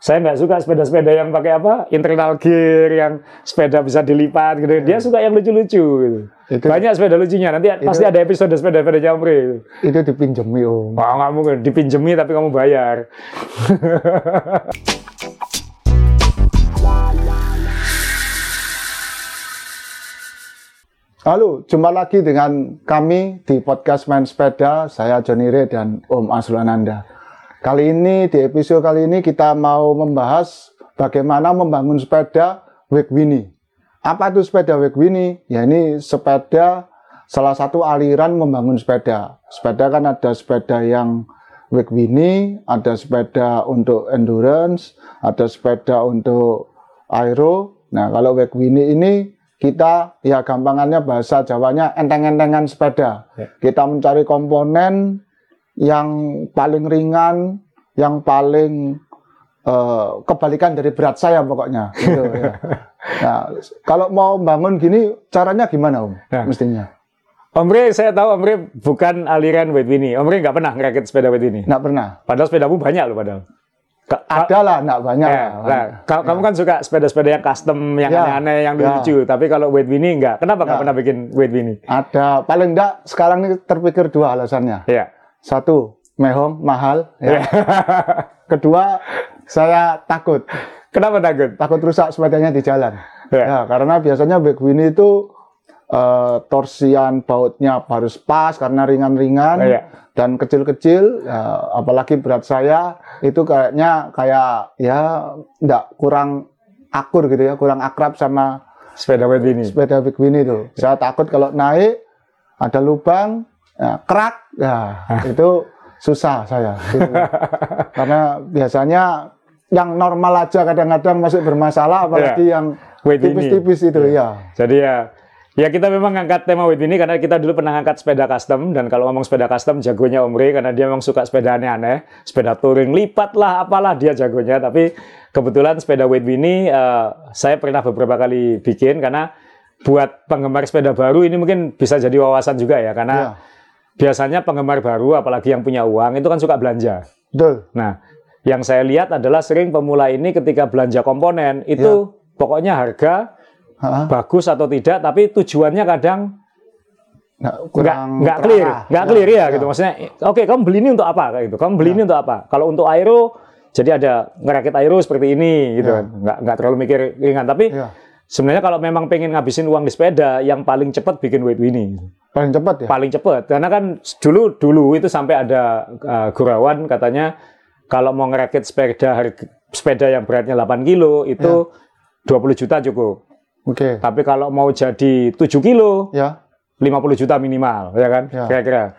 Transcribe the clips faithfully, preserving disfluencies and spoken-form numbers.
Saya nggak suka sepeda-sepeda yang pakai apa internal gear, yang sepeda bisa dilipat gitu. Dia suka yang lucu-lucu gitu. Itu, banyak sepeda lucunya. Nanti itu, pasti ada episode sepeda-sepeda Omri itu. Itu dipinjemi Om. Oh, nggak mungkin dipinjemi tapi kamu bayar. Halo, jumpa lagi dengan kami di podcast Main Sepeda. Saya Johnny Ray dan Om Azrul Ananda. Kali ini, di episode kali ini kita mau membahas bagaimana membangun sepeda Wegwini. Apa itu sepeda Wegwini? Ya ini sepeda, salah satu aliran membangun sepeda. Sepeda kan ada sepeda yang Wegwini, ada sepeda untuk endurance, ada sepeda untuk aero. Nah kalau Wegwini ini kita, ya gampangannya bahasa Jawanya enteng-entengan sepeda. Ya. Kita mencari komponen yang paling ringan, yang paling uh, kebalikan dari berat saya pokoknya. Gitu, ya. Nah, kalau mau bangun gini, caranya gimana Om? Nah, mestinya. Omri, saya tahu Omri bukan aliran Wegwini. Omri nggak pernah ngerakit sepeda Wegwini. Nggak pernah. Padahal sepedamu banyak loh padahal. Ada lah, nggak banyak. Ya, nah, ya. Kamu kan suka sepeda-sepeda yang custom, yang ya, aneh-aneh, yang ya. lucu. Tapi kalau Wegwini enggak. Kenapa nggak ya. pernah bikin Wegwini? Ada, paling enggak sekarang ini terpikir dua alasannya. Ya. Satu, mehong, mahal. Ya. Kedua, saya takut. Kenapa takut? Takut rusak sepedanya di jalan. Ya, ya karena biasanya Wegwini itu uh, torsian bautnya harus pas karena ringan-ringan. Ya. Dan kecil-kecil, ya, apalagi berat saya itu kayaknya kayak ya enggak kurang akur gitu ya, kurang akrab sama sepeda Wegwini. Sepeda Wegwini itu. Saya takut kalau naik ada lubang, ya, kerak, ya itu susah saya. Gitu. Karena biasanya yang normal aja kadang-kadang masih bermasalah, apalagi ya, yang tipis-tipis itu ya. ya. Jadi ya. Ya kita memang ngangkat tema Wegwini karena kita dulu pernah ngangkat sepeda custom, dan kalau ngomong sepeda custom jagonya Omri karena dia memang suka sepeda aneh-aneh, sepeda touring lipat lah apalah dia jagonya. Tapi kebetulan sepeda Wegwini uh, saya pernah beberapa kali bikin karena buat penggemar sepeda baru ini mungkin bisa jadi wawasan juga ya, karena ya. biasanya penggemar baru apalagi yang punya uang itu kan suka belanja. Betul. Nah, yang saya lihat adalah sering pemula ini ketika belanja komponen itu ya. pokoknya harga Ha? bagus atau tidak, tapi tujuannya kadang nggak nggak clear, nggak clear ya, ya gitu. Maksudnya, oke, okay, kamu beli ini untuk apa kayak gitu? Kamu beli ya. ini untuk apa? Kalau untuk aero, jadi ada ngerakit aero seperti ini, gitu ya. kan? Nggak nggak terlalu mikir ringan. Tapi ya. sebenarnya kalau memang pengen ngabisin uang di sepeda, yang paling cepat bikin Wegwini. Paling cepat ya? Paling cepat, karena kan dulu dulu itu sampai ada uh, gurauan katanya kalau mau ngerakit sepeda harga, sepeda yang beratnya delapan kilo itu ya. dua puluh juta cukup. Oke. Okay. Tapi kalau mau jadi tujuh kilo, ya. lima puluh juta minimal, ya kan? Ya. Kira-kira.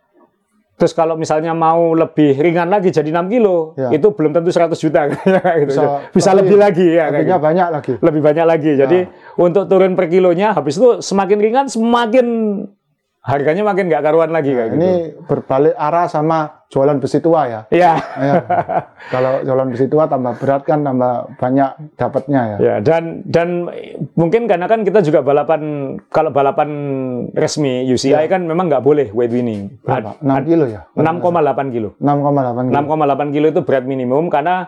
Terus kalau misalnya mau lebih ringan lagi jadi enam kilo, ya. itu belum tentu seratus juta. gitu. Bisa, bisa lebih, lebih lagi ya. Lebihnya gitu. banyak lagi. Lebih banyak lagi. Ya. Jadi untuk turun per kilonya, habis itu semakin ringan, semakin harganya makin nggak karuan lagi. Nah, kayak ini gitu. berbalik arah sama jualan besi tua ya. Iya. ya. Kalau jualan besi tua tambah berat kan tambah banyak dapatnya ya. Ya, dan dan mungkin karena kan kita juga balapan, kalau balapan resmi U C I ya. kan memang nggak boleh weight winning. Berapa? enam kilo ya? enam koma delapan kilo. enam koma delapan kilo. enam koma delapan kilo itu berat minimum karena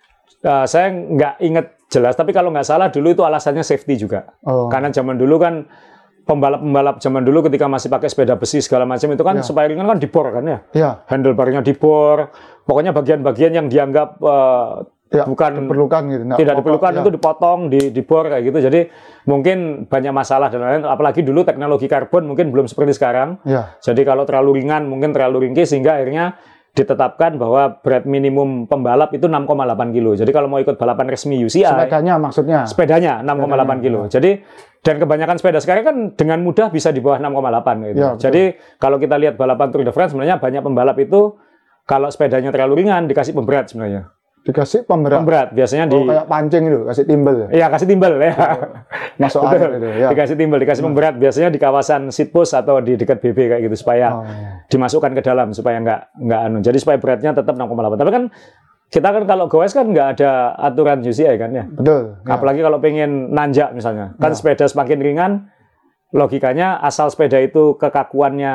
uh, saya nggak inget jelas, tapi kalau nggak salah dulu itu alasannya safety juga. Oh. Karena zaman dulu kan pembalap-pembalap zaman dulu ketika masih pakai sepeda besi segala macam itu kan ya. supaya ringan kan dibor kan ya, ya. handlebarnya dibor, pokoknya bagian-bagian yang dianggap uh, ya, bukan diperlukan gitu, nah, tidak diperlukan ya. itu dipotong, di, dibor kayak gitu. Jadi mungkin banyak masalah dan lain-lain. Apalagi dulu teknologi karbon mungkin belum seperti sekarang. Ya. Jadi kalau terlalu ringan mungkin terlalu ringkih sehingga akhirnya ditetapkan bahwa berat minimum pembalap itu enam koma delapan kilo. Jadi kalau mau ikut balapan resmi U C I, sepedanya maksudnya? Sepedanya enam koma delapan kilo. Ya. Jadi dan kebanyakan sepeda sekarang kan dengan mudah bisa di bawah enam koma delapan gitu. Ya, jadi kalau kita lihat balapan Tour de France sebenarnya banyak pembalap itu kalau sepedanya terlalu ringan dikasih pemberat sebenarnya. Dikasih pemberat? Pemberat, biasanya oh, di... kayak pancing itu, kasih timbel ya? Iya, kasih timbel ya. Masuk air itu ya? Dikasih timbel, dikasih hmm. pemberat. Biasanya di kawasan seat post atau di dekat B B kayak gitu, supaya oh, iya. dimasukkan ke dalam, supaya nggak, nggak anu. Jadi supaya beratnya tetap enam koma delapan. Tapi kan, kita kan kalau goes kan nggak ada aturan U C I kan ya? Betul. Ya. Apalagi kalau pengen nanjak misalnya. Kan ya. sepeda semakin ringan, logikanya asal sepeda itu kekakuannya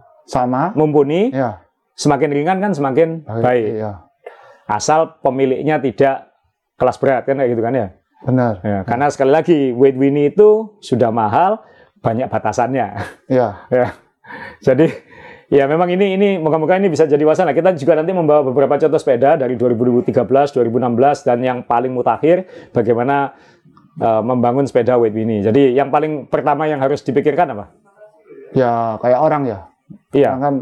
sama, mumpuni, ya. semakin ringan kan semakin baik. baik. Iya. Asal pemiliknya tidak kelas berat kan kayak gitu kan ya. Benar. Ya, karena sekali lagi weight Winnie itu sudah mahal, banyak batasannya. Iya. Ya. Jadi ya memang ini ini moga-moga ini bisa jadi wacana. Kita juga nanti membawa beberapa contoh sepeda dari dua ribu tiga belas, dua ribu enam belas dan yang paling mutakhir bagaimana uh, membangun sepeda weight Winnie. Jadi yang paling pertama yang harus dipikirkan apa? Ya kayak orang ya. Iya. Kan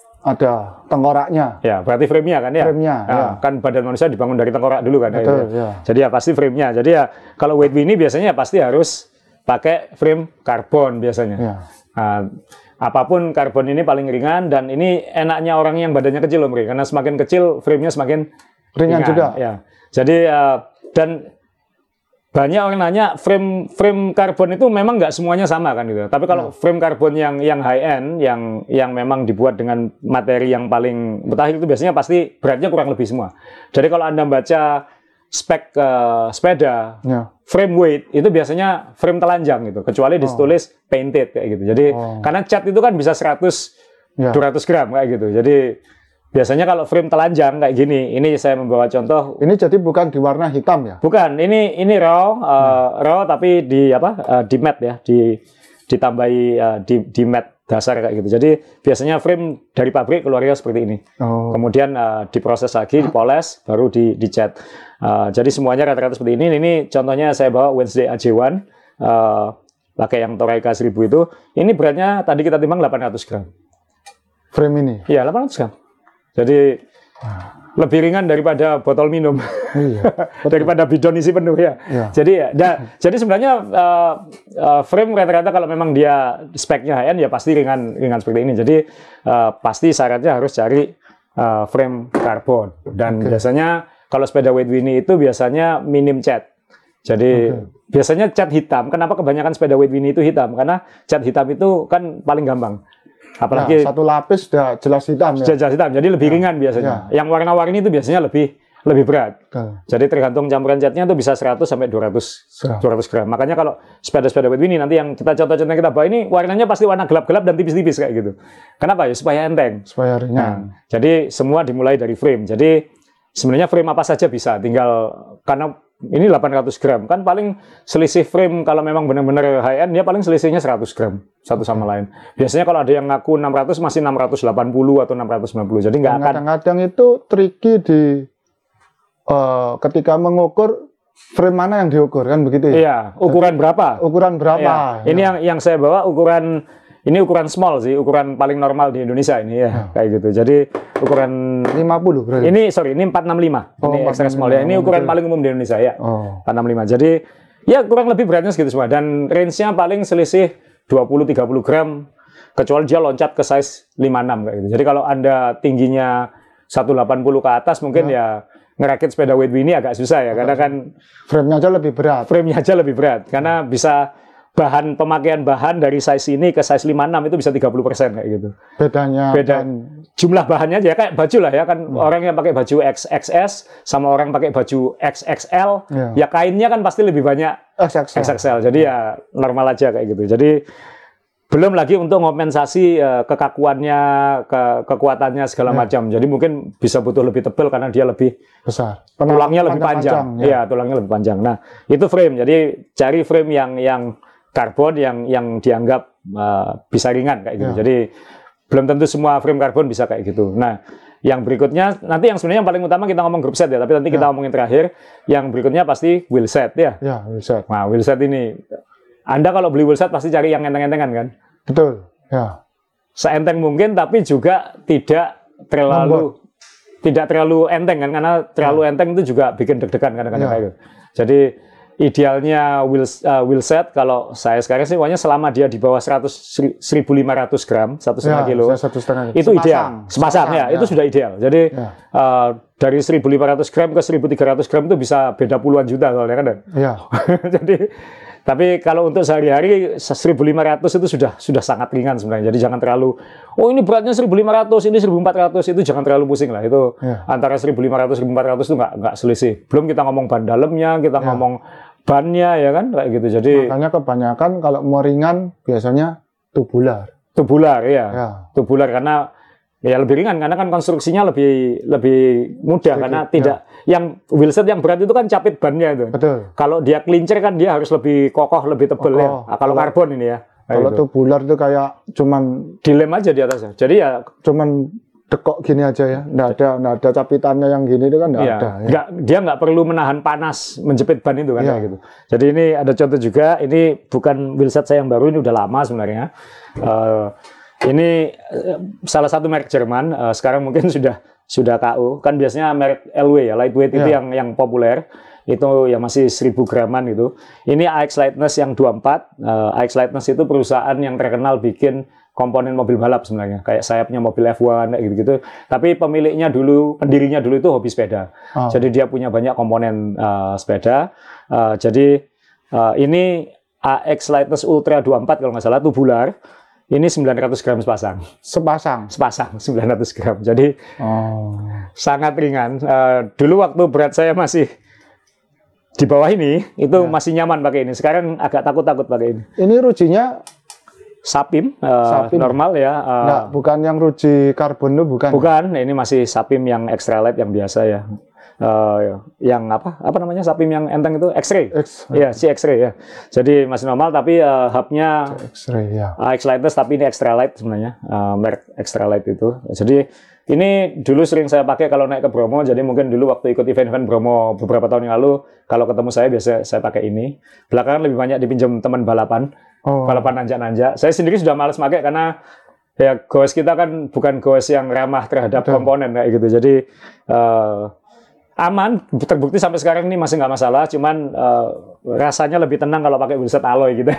ada tengkoraknya. Ya, berarti frame-nya kan ya. Frame-nya. Nah, ya. Kan badan manusia dibangun dari tengkorak dulu kan. Betul, ya. ya. Jadi ya pasti frame-nya. Jadi ya kalau weight Winnie biasanya pasti harus pakai frame karbon biasanya. Ya. Nah, apapun karbon ini paling ringan dan ini enaknya orang yang badannya kecil loh, karena semakin kecil frame-nya semakin ringan, ringan juga. Ya. Jadi uh, dan banyak orang nanya frame frame karbon itu memang nggak semuanya sama kan gitu. Tapi kalau hmm. frame karbon yang yang high end, yang yang memang dibuat dengan materi yang paling mutakhir itu biasanya pasti beratnya kurang lebih semua. Jadi kalau Anda baca spek uh, sepeda, ya. frame weight itu biasanya frame telanjang gitu, kecuali ditulis oh. painted kayak gitu. Jadi oh. karena cat itu kan bisa seratus, ya. dua ratus gram kayak gitu. Jadi biasanya kalau frame telanjang kayak gini, ini saya membawa contoh. Ini jadi bukan di warna hitam ya? Bukan, ini ini raw, uh, hmm. raw tapi di apa? Uh, di matte ya, di ditambahi uh, di di matte dasar kayak gitu. Jadi biasanya frame dari pabrik keluarnya seperti ini. Oh. Kemudian uh, diproses lagi, dipoles, baru di dicat. Uh, jadi semuanya rata-rata seperti ini. Ini contohnya saya bawa Wednesday A J satu, uh, pakai yang Toraika seribu itu. Ini beratnya tadi kita timbang delapan ratus gram. Frame ini? Iya, delapan ratus gram. Jadi ah. lebih ringan daripada botol minum, iya, daripada bidon isi penuh ya. Iya. Jadi ya, da, jadi sebenarnya uh, uh, frame rata-rata kalau memang dia speknya high end ya pasti ringan ringan seperti ini. Jadi uh, pasti syaratnya harus cari uh, frame karbon dan okay. biasanya kalau sepeda weight Winnie itu biasanya minim cat. Jadi okay. biasanya cat hitam. Kenapa kebanyakan sepeda weight Winnie itu hitam? Karena cat hitam itu kan paling gampang. Apalagi ya, satu lapis sudah jelas hitam ya. Sudah jelas hitam, jadi lebih ya. ringan biasanya. Ya. Yang warna-warni itu biasanya lebih lebih berat. Ya. Jadi tergantung campuran catnya itu bisa seratus sampai dua ratus gram. Makanya kalau sepeda-sepeda weight Winnie nanti yang kita contoh-contoh kita bawa ini warnanya pasti warna gelap-gelap dan tipis-tipis kayak gitu. Kenapa ya? Supaya enteng. Supaya ringan. Nah, jadi semua dimulai dari frame. Jadi sebenarnya frame apa saja bisa, tinggal karena ini delapan ratus gram, kan paling selisih frame kalau memang benar-benar high end, dia paling selisihnya seratus gram, satu sama lain. Biasanya kalau ada yang ngaku enam ratus, masih enam ratus delapan puluh atau enam ratus sembilan puluh, jadi nggak akan... Kadang-kadang itu tricky di uh, ketika mengukur frame mana yang diukur, kan begitu ya? Iya, ukuran Jadi, berapa? Ukuran berapa? Iya. Ini ya. yang yang saya bawa ukuran... Ini ukuran small sih, ukuran paling normal di Indonesia ini ya, ya. kayak gitu. Jadi ukuran lima puluh berarti. Ini sorry, ini empat enam lima. Oh, ini extra small ya. Ini ukuran paling umum di Indonesia ya. Oh. empat enam lima. Jadi ya kurang lebih beratnya segitu semua dan range-nya paling selisih dua puluh sampai tiga puluh gram kecuali dia loncat ke size lima enam kayak gitu. Jadi kalau Anda tingginya seratus delapan puluh ke atas mungkin ya, ya ngerakit sepeda weight Winnie agak susah ya, karena kan frame-nya aja lebih berat. Frame-nya aja lebih berat karena bisa bahan pemakaian bahan dari size ini ke size lima enam itu bisa tiga puluh persen kayak gitu. Bedanya beda dan... jumlah bahannya aja kayak baju lah ya kan, hmm. orang yang pakai baju X X S sama orang pakai baju X X L yeah. ya kainnya kan pasti lebih banyak X X L. X X L. Jadi ya normal aja kayak gitu. Jadi belum lagi untuk kompensasi uh, kekakuannya, ke kekuatannya segala yeah. macam. Jadi mungkin bisa butuh lebih tebal karena dia lebih besar. Tulangnya lebih panjang. Iya, ya, tulangnya lebih panjang. Nah, itu frame. Jadi cari frame yang yang karbon yang yang dianggap uh, bisa ringan kayak gitu. Ya. Jadi belum tentu semua frame karbon bisa kayak gitu. Nah, yang berikutnya nanti yang sebenarnya yang paling utama kita ngomong group set ya, tapi nanti ya. kita ngomongin terakhir. Yang berikutnya pasti wheel set ya. Ya, wheel set. Nah, wheel set ini Anda kalau beli wheel set pasti cari yang enteng-entengan kan? Betul. Ya. Seenteng mungkin tapi juga tidak terlalu Membuat. tidak terlalu enteng kan, karena terlalu ya. enteng itu juga bikin deg-degan kadang-kadang ya. kayak gitu. Jadi idealnya wheel, uh, wheel set kalau saya sekarang sih pokoknya selama dia di bawah seratus, seribu lima ratus gram, satu setengah ya, kilo, satu setengah. itu sepasang. ideal. Sepasang, sepasang ya, ya, itu sudah ideal. Jadi ya. uh, dari seribu lima ratus gram ke seribu tiga ratus gram itu bisa beda puluhan juta soalnya kan. Ya. Jadi tapi kalau untuk sehari-hari seribu lima ratus itu sudah sudah sangat ringan sebenarnya. Jadi jangan terlalu, oh ini beratnya seribu lima ratus, ini seribu empat ratus, itu jangan terlalu pusing lah. Itu ya. Antara seribu lima ratus seribu empat ratus itu nggak nggak selisih. Belum kita ngomong ban dalamnya, kita ya. ngomong bannya ya kan kayak gitu. Jadi makanya kebanyakan kalau mau ringan biasanya tubular. Tubular ya. ya. Tubular karena Ya lebih ringan karena kan konstruksinya lebih lebih mudah. Sedikit, karena tidak ya. Yang wheelset yang berat itu kan capit bannya itu. Betul. Kalau dia kelincer kan dia harus lebih kokoh, lebih tebal ya. Nah, kalau karbon ini ya. Kalau tuh bular tuh kayak cuman dilem aja di atasnya. Jadi ya cuman dekok gini aja ya. Nggak ada nggak ada capitannya yang gini itu kan nggak iya, ada. Ya. Nggak, dia nggak perlu menahan panas menjepit ban itu kan iya. kayak gitu. Jadi ini ada contoh juga. Ini bukan wheelset saya yang baru, ini udah lama sebenarnya. Uh, Ini salah satu merek Jerman, uh, sekarang mungkin sudah sudah K U. Kan biasanya merek L W ya, lightweight yeah. itu yang yang populer. Itu yang masih seribu graman gitu. Ini A X Lightness yang dua puluh empat. Uh, A X Lightness itu perusahaan yang terkenal bikin komponen mobil balap sebenarnya. Kayak sayapnya mobil F satu gitu-gitu. Tapi pemiliknya dulu, pendirinya dulu itu hobi sepeda. Oh. Jadi dia punya banyak komponen uh, sepeda. Uh, jadi uh, ini A X Lightness Ultra dua puluh empat kalau nggak salah, tubular. Ini sembilan ratus gram sepasang. Sepasang? Sepasang, sembilan ratus gram. Jadi oh. sangat ringan. Uh, dulu waktu berat saya masih di bawah ini, itu ya. Masih nyaman pakai ini. Sekarang agak takut-takut pakai ini. Ini rujinya Sapim, uh, Sapim. Normal ya. Uh, Nggak, bukan yang ruji karbon itu, bukan? Bukan, ini masih Sapim yang extra light yang biasa ya. Uh, yang apa apa namanya Sapim yang enteng itu X-ray, X ya si X-ray ya. Jadi masih normal tapi uh, hubnya X-ray ya. A X Lightness tapi ini extra light sebenarnya, uh, merek extra light itu. Jadi ini dulu sering saya pakai kalau naik ke Bromo. Jadi mungkin dulu waktu ikut event-event Bromo beberapa tahun yang lalu, kalau ketemu saya biasa saya pakai ini. Belakangan lebih banyak dipinjam teman balapan, oh. balapan nanjak-nanjak. Saya sendiri sudah malas pakai karena ya goes kita kan bukan goes yang ramah terhadap Betul. Komponen kayak gitu. Jadi uh, aman, terbukti sampai sekarang ini masih nggak masalah, cuman uh, rasanya lebih tenang kalau pakai wheelset alloy gitu.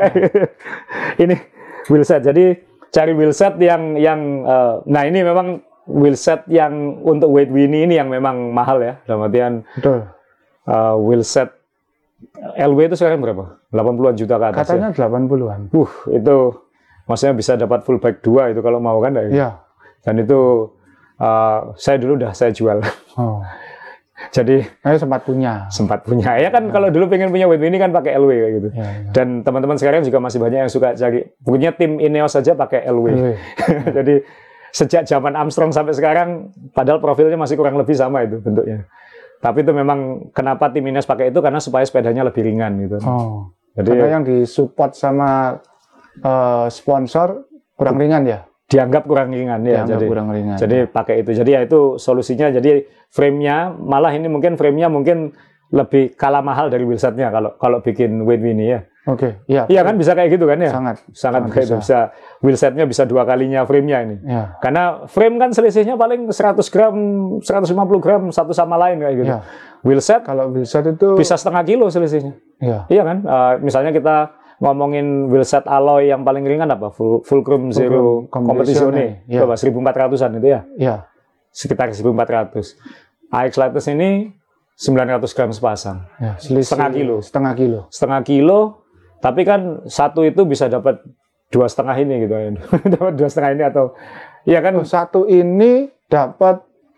Ini wheelset, jadi cari wheelset yang yang uh, nah ini memang wheelset yang untuk weight Winnie ini yang memang mahal ya, dalam artian uh, wheelset L W itu sekarang berapa? delapan puluhan juta ke atas. Katanya ya? delapan puluhan. Uh, itu maksudnya bisa dapat full bike dua itu kalau mau kan? Iya. Dan itu uh, saya dulu udah saya jual. Oh. Jadi saya sempat punya. Sempat punya. Ya kan ya. Kalau dulu pengen punya weight Winnie kan pakai L W kayak gitu. Ya, ya. Dan teman-teman sekarang juga masih banyak yang suka cari. Punya tim Ineos saja pakai L W. L W. Jadi sejak zaman Armstrong sampai sekarang padahal profilnya masih kurang lebih sama itu bentuknya. Tapi itu memang kenapa tim Ineos pakai itu karena supaya sepedanya lebih ringan gitu. Oh. Jadi karena yang disupport sama uh, sponsor kurang ringan ya. Dianggap kurang ringan ya, Dianggap jadi kurang ringan, jadi ya. Pakai itu, jadi ya itu solusinya. Jadi frame-nya malah ini mungkin frame-nya mungkin lebih kalah mahal dari wheelset-nya kalau kalau bikin weight Winnie ya. Oke, okay. iya. Iya kan bisa kayak gitu kan ya? Sangat, sangat, sangat bisa. Itu. Bisa wheelset-nya bisa dua kalinya frame-nya ini. Ya. Karena frame kan selisihnya paling seratus gram, seratus lima puluh gram satu sama lain kayak gitu. Ya. Wheelset kalau wheelset itu bisa setengah kilo selisihnya. Iya. Iya kan? Uh, misalnya kita ngomongin wheelset alloy yang paling ringan apa? Full, Fulcrum Zero Competizione. Ya. Coba seribu empat ratusan itu ya? Iya. Sekitar seribu empat ratus. A X Lightness ini sembilan ratus gram sepasang. Ya, setengah kilo. Setengah kilo. Setengah kilo. Tapi kan satu itu bisa dapat dua setengah ini gitu. Dapat dua setengah ini atau iya kan? Oh, satu ini dapat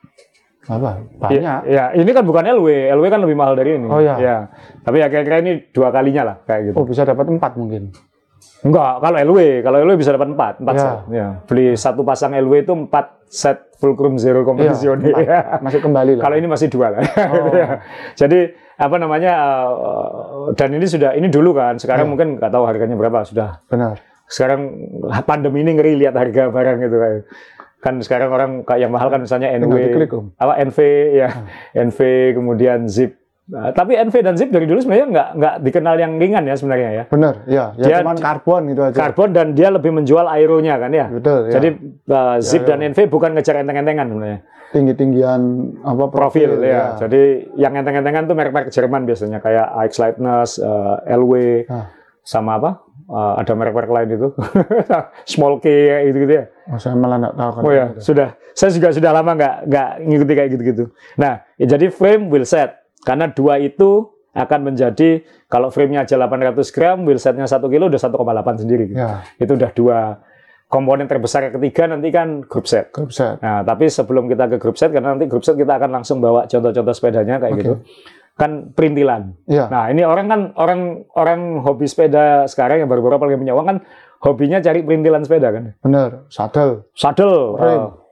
apa? Banyak. Ya, ya, ini kan bukan L W. L W kan lebih mahal dari ini. Oh ya. Ya. Tapi ya kira-kira ini dua kalinya lah kayak gitu. Oh, bisa dapat empat mungkin. Enggak, kalau L W, kalau L W bisa dapat empat, empat ya. set. Ya. Beli satu pasang L W itu empat set Fulcrum Zero Competizione. Ya, masih kembali lah. Kalau ini masih dua lah. Oh. Jadi apa namanya? Uh, dan ini sudah ini dulu kan. Sekarang ya. Mungkin nggak tahu harganya berapa sudah. Benar. Sekarang pandemi ini ngeri lihat harga barang gitu kayak. Kan sekarang orang yang mahal kan misalnya N W, diklik, um. apa N V ya, hmm. N V kemudian Zip. Nah, tapi N V dan Zip dari dulu sebenarnya nggak nggak dikenal yang ringan ya sebenarnya ya. Benar, ya. Ya dia cuman karbon gitu aja. Karbon dan dia lebih menjual aeronya kan ya. Betul. Ya. Jadi uh, Zip ya, dan N V bukan ngejar enteng-entengan sebenarnya. Tinggi-tinggian apa profil, profil ya. ya. Jadi yang enteng-entengan tuh merek-merek Jerman biasanya kayak A X Lightness, uh, L W, ah. sama apa? Uh, ada merek-merek lain itu, Small K gitu-gitu ya. Oh, saya malah nggak tahu kan. Oh ya, gitu. Sudah. Saya juga sudah lama nggak nggak ngikuti kayak gitu-gitu. Nah, ya jadi frame wheelset karena dua itu akan menjadi kalau frame-nya aja delapan ratus gram, wheelsetnya satu kilo udah satu koma delapan sendiri. Gitu. Ya. Itu udah dua komponen terbesar. Yang ketiga nanti kan group set. Group set. Nah, tapi sebelum kita ke group set, karena nanti group set kita akan langsung bawa contoh-contoh sepedanya kayak okay. gitu. Kan perintilan. Ya. Nah, ini orang kan orang orang hobi sepeda sekarang yang baru-baru apalagi punya uang kan hobinya cari perintilan sepeda kan. Bener, saddle. Saddle. Frame. Uh,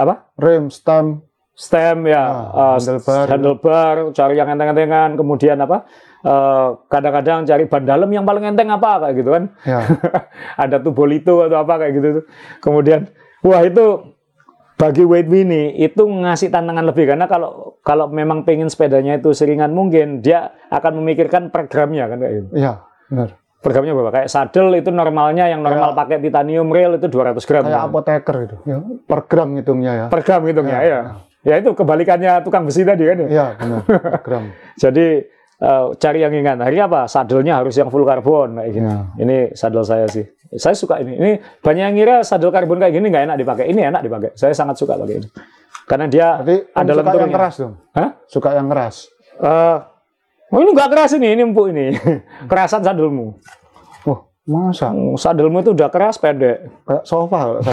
apa? Rem, stem, stem ya, ah, uh, handlebar, handlebar, cari yang enteng-entengan, kemudian apa? Uh, kadang-kadang cari ban dalam yang paling enteng apa kayak gitu kan? Ya. Ada tubolito atau apa kayak gitu. Kemudian, wah itu bagi Wade Winnie itu ngasih tantangan lebih karena kalau kalau memang pengen sepedanya itu seringan mungkin dia akan memikirkan per gramnya kan kayak gitu. Iya, benar. Per gramnya berapa? Kayak saddle itu normalnya yang normal pakai titanium rail itu dua ratus gram. Kayak kan? apoteker itu. Ya, per gram hitungnya ya. Per gram hitungnya ya. Ya, ya. Ya itu kebalikannya tukang besi tadi kan ya. Iya, benar. Per gram. Jadi uh, cari yang ringan. Akhirnya apa? Saddle-nya harus yang full karbon kayak gini. Ya. Ini saddle saya sih. Saya suka ini. Ini banyak yang ngira saddle karbon kayak gini nggak enak dipakai. Ini enak dipakai. Saya sangat suka pakai ini. Karena dia Berarti ada suka lenturnya. yang keras dong? Hah? Suka yang keras? Uh, oh ini nggak keras ini. Ini empuk ini. Kerasan saddlemu. Wah, masa? Saddlemu itu udah keras pendek. Kayak sofa.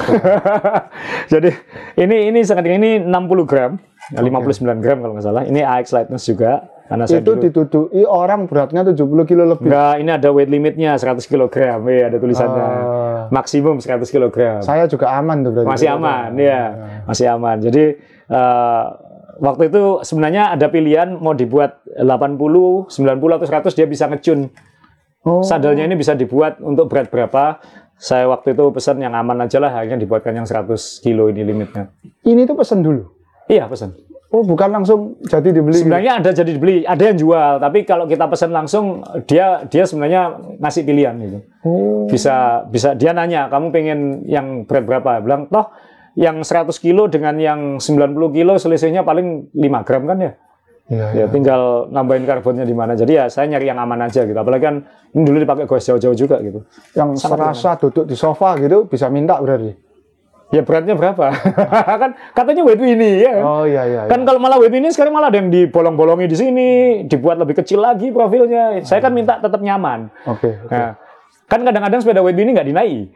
Jadi ini ini sangat ini enam puluh gram. lima puluh sembilan gram kalau nggak salah. Ini A X Lightness juga. Karena saya itu dulu, dituduki orang beratnya tujuh puluh kilo lebih. Enggak, ini ada weight limitnya seratus kilogram. Ya, ada tulisannya. Uh, maksimum seratus kilogram. Saya juga aman tuh berarti. Masih aman, ya. ya. Masih aman. Jadi uh, waktu itu sebenarnya ada pilihan mau dibuat delapan puluh, sembilan puluh atau seratus dia bisa ngecun. Oh. Saddlenya ini bisa dibuat untuk berat berapa. Saya waktu itu pesan yang aman aja lah, akhirnya dibuatkan yang seratus kilo ini limitnya. Ini tuh pesan dulu? Iya, pesan. Oh, bukan langsung jadi dibeli. Sebenarnya ada jadi dibeli, ada yang jual, tapi kalau kita pesan langsung dia dia sebenarnya ngasih pilihan gitu. Oh. Bisa bisa dia nanya, kamu pengen yang berat berapa? Bilang, toh yang seratus kilo dengan yang sembilan puluh kilo selisihnya paling lima gram kan ya? Iya, ya, ya. Tinggal nambahin karbonnya di mana. Jadi ya saya nyari yang aman aja gitu. Apalagi kan ini dulu dipakai goes jauh-jauh juga gitu. Yang serasa duduk di sofa gitu bisa minta berarti. Ya beratnya berapa? Kan katanya weight ini ya. Oh iya iya. Kan iya. kalau malah weight ini sekarang malah ada yang dibolong-bolongi di sini, dibuat lebih kecil lagi profilnya. Saya kan minta tetap nyaman. Oke. Okay, okay. Nah, kan kadang-kadang sepeda weight ini nggak dinaiki.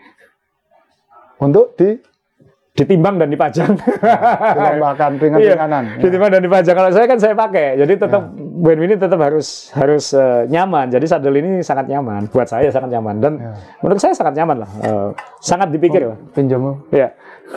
Untuk di ditimbang dan dipajang. Dilombakan ringan-ringanan. Iya, ditimbang dan dipajang. Kalau saya kan saya pakai. Jadi tetap ya. Weight ini tetap harus harus uh, nyaman. Jadi saddle ini sangat nyaman. Buat saya sangat nyaman dan ya. Menurut saya sangat nyaman lah. Uh, sangat dipikir oh, lah. Pinjam. Iya.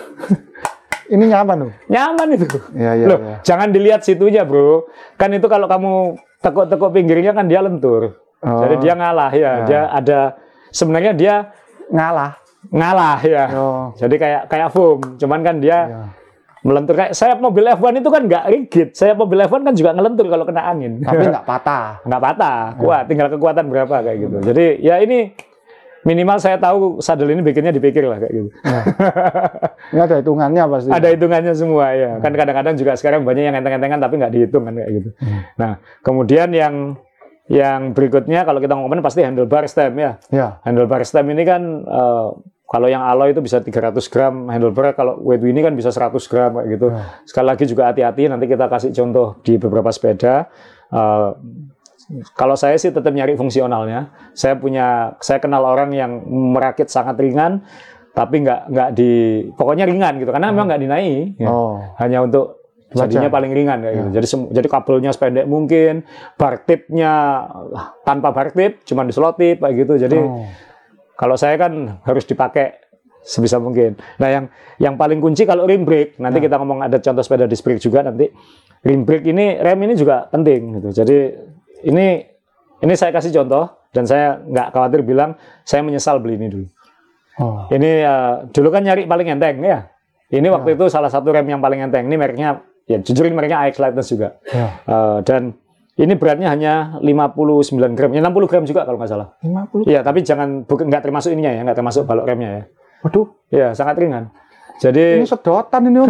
Ini nyaman loh. Nyaman itu. Ya, ya, loh, ya. Jangan dilihat situnya, Bro. Kan itu kalau kamu tekuk-tekuk pinggirnya kan dia lentur. Oh. Jadi dia ngalah ya. ya. Dia ada sebenarnya dia ngalah. Ngalah ya. Oh. Jadi kayak kayak foam. Cuman kan dia ya. Melentur kayak sayap mobil F satu itu kan nggak rigid. Sayap mobil F satu kan juga ngelentur kalau kena angin. Tapi nggak patah. Nggak patah. Kuat. Ya. Tinggal kekuatan berapa kayak gitu. Jadi ya ini minimal saya tahu saddle ini bikinnya dipikir lah kayak gitu. Nah, ini ada hitungannya pasti. Ada hitungannya semua ya. Kan kadang-kadang juga sekarang banyak yang enteng-entengan tapi nggak dihitung kan kayak gitu. Hmm. Nah, kemudian yang yang berikutnya kalau kita ngomongin pasti handlebar stem ya. Ya. Handlebar stem ini kan uh, kalau yang alloy itu bisa tiga ratus gram handlebar, kalau weight ini kan bisa seratus gram kayak gitu. Ya. Sekali lagi juga hati-hati, nanti kita kasih contoh di beberapa sepeda. Uh, Kalau saya sih tetap nyari fungsionalnya. Saya punya, saya kenal orang yang merakit sangat ringan, tapi nggak nggak di, pokoknya ringan gitu. Karena oh. memang nggak dinaik, ya. oh. hanya untuk jadinya paling ringan kayak ya. gitu. Jadi jadi kabelnya sependek mungkin, bar tipnya tanpa bar tip, cuma di slot tip kayak gitu. Jadi oh. kalau saya kan harus dipakai sebisa mungkin. Nah yang yang paling kunci kalau rim brake, nanti ya. Kita ngomong ada contoh sepeda disc brake juga nanti. Rim brake ini, rem ini juga penting gitu. Jadi Ini ini saya kasih contoh dan saya nggak khawatir bilang saya menyesal beli ini dulu. Oh. Ini uh, dulu kan nyari paling enteng ya. Ini waktu ya. Itu salah satu rem yang paling enteng. Ini mereknya ya jujur ini mereknya A X Lightness juga. Ya. Uh, dan ini beratnya hanya lima puluh sembilan gram, ya enam puluh gram juga kalau nggak salah. lima puluh. Iya, tapi jangan bukan nggak termasuk ininya ya, nggak termasuk balok remnya ya. Waduh. Iya, sangat ringan. Jadi ini sedotan ini.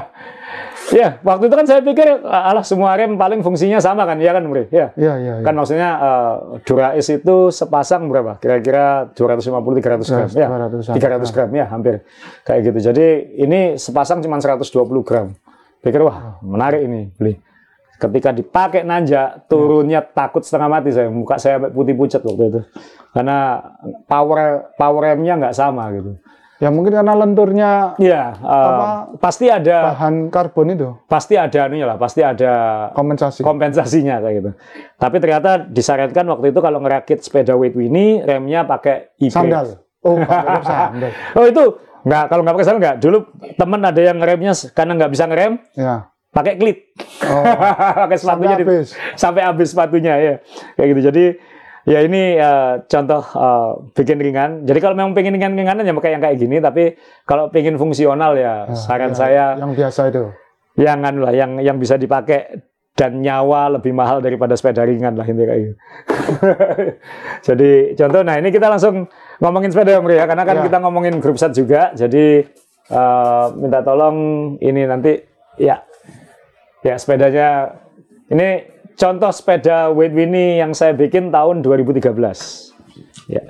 Ya, waktu itu kan saya pikir alah semua rem paling fungsinya sama kan, ya kan, Mri? Ya. Iya, iya, Kan ya. maksudnya uh, Dura-Ace itu sepasang berapa? Kira-kira dua ratus lima puluh sampai tiga ratus gram. Ya, tiga ratus gram ya, hampir. Kayak gitu. Jadi ini sepasang cuma seratus dua puluh gram. Pikir wah, menarik ini beli. Ketika dipakai nanjak, turunnya ya. Takut setengah mati saya. Muka saya putih pucat waktu itu. Karena power power remnya nggak sama gitu. Ya mungkin karena lenturnya ya, uh, apa, pasti ada bahan karbon itu. Pasti ada anunya lah, pasti ada kompensasi. Kompensasinya kayak gitu. Tapi ternyata disarankan waktu itu kalau ngerakit sepeda weight ini remnya pakai e-brake. Sandal. Oh, pakai sandal. Oh itu Nggak, kalau nggak pakai sandal nggak. Dulu temen ada yang ngeremnya karena nggak bisa ngerem, Ya. pakai klit. Oh. Pakai sepatunya Sampai di- habis. sampai habis sepatunya ya. Kayak gitu. Jadi ya ini uh, contoh uh, bikin ringan. Jadi kalau memang pengen ringan-ringanan ya pakai yang kayak gini. Tapi kalau pengen fungsional ya, Ya, saran ya, saya yang biasa itu. yang anu lah, yang yang bisa dipakai dan nyawa lebih mahal daripada sepeda ringan lah intinya kayak gitu. Jadi contoh, nah ini kita langsung ngomongin sepeda Om Ri ya, karena kan Ya. kita ngomongin grup set juga. Jadi uh, minta tolong ini nanti ya ya sepedanya ini contoh sepeda Wade Winnie yang saya bikin tahun dua ribu tiga belas. Ya.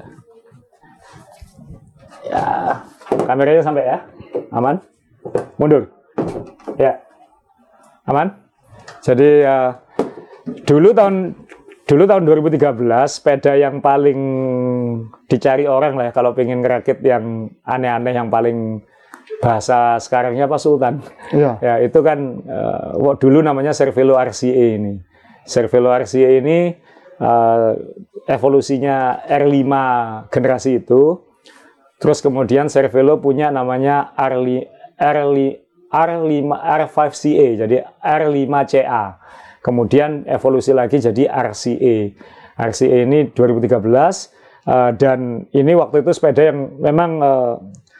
Ya, kameranya sampai ya. Aman? Mundur. Ya. Aman? Jadi uh, dulu tahun dulu tahun dua ribu tiga belas sepeda yang paling dicari orang lah ya kalau pengen ngerakit yang aneh-aneh, yang paling bahasa sekarangnya apa Sultan. Iya. Ya, itu kan uh, dulu namanya Cervelo R C A ini. Cervelo R C A ini uh, evolusinya R lima generasi itu. Terus kemudian Cervelo punya namanya R lima R lima C A, jadi R lima C A. Kemudian evolusi lagi jadi R C A. R C A ini dua ribu tiga belas uh, dan ini waktu itu sepeda yang memang uh,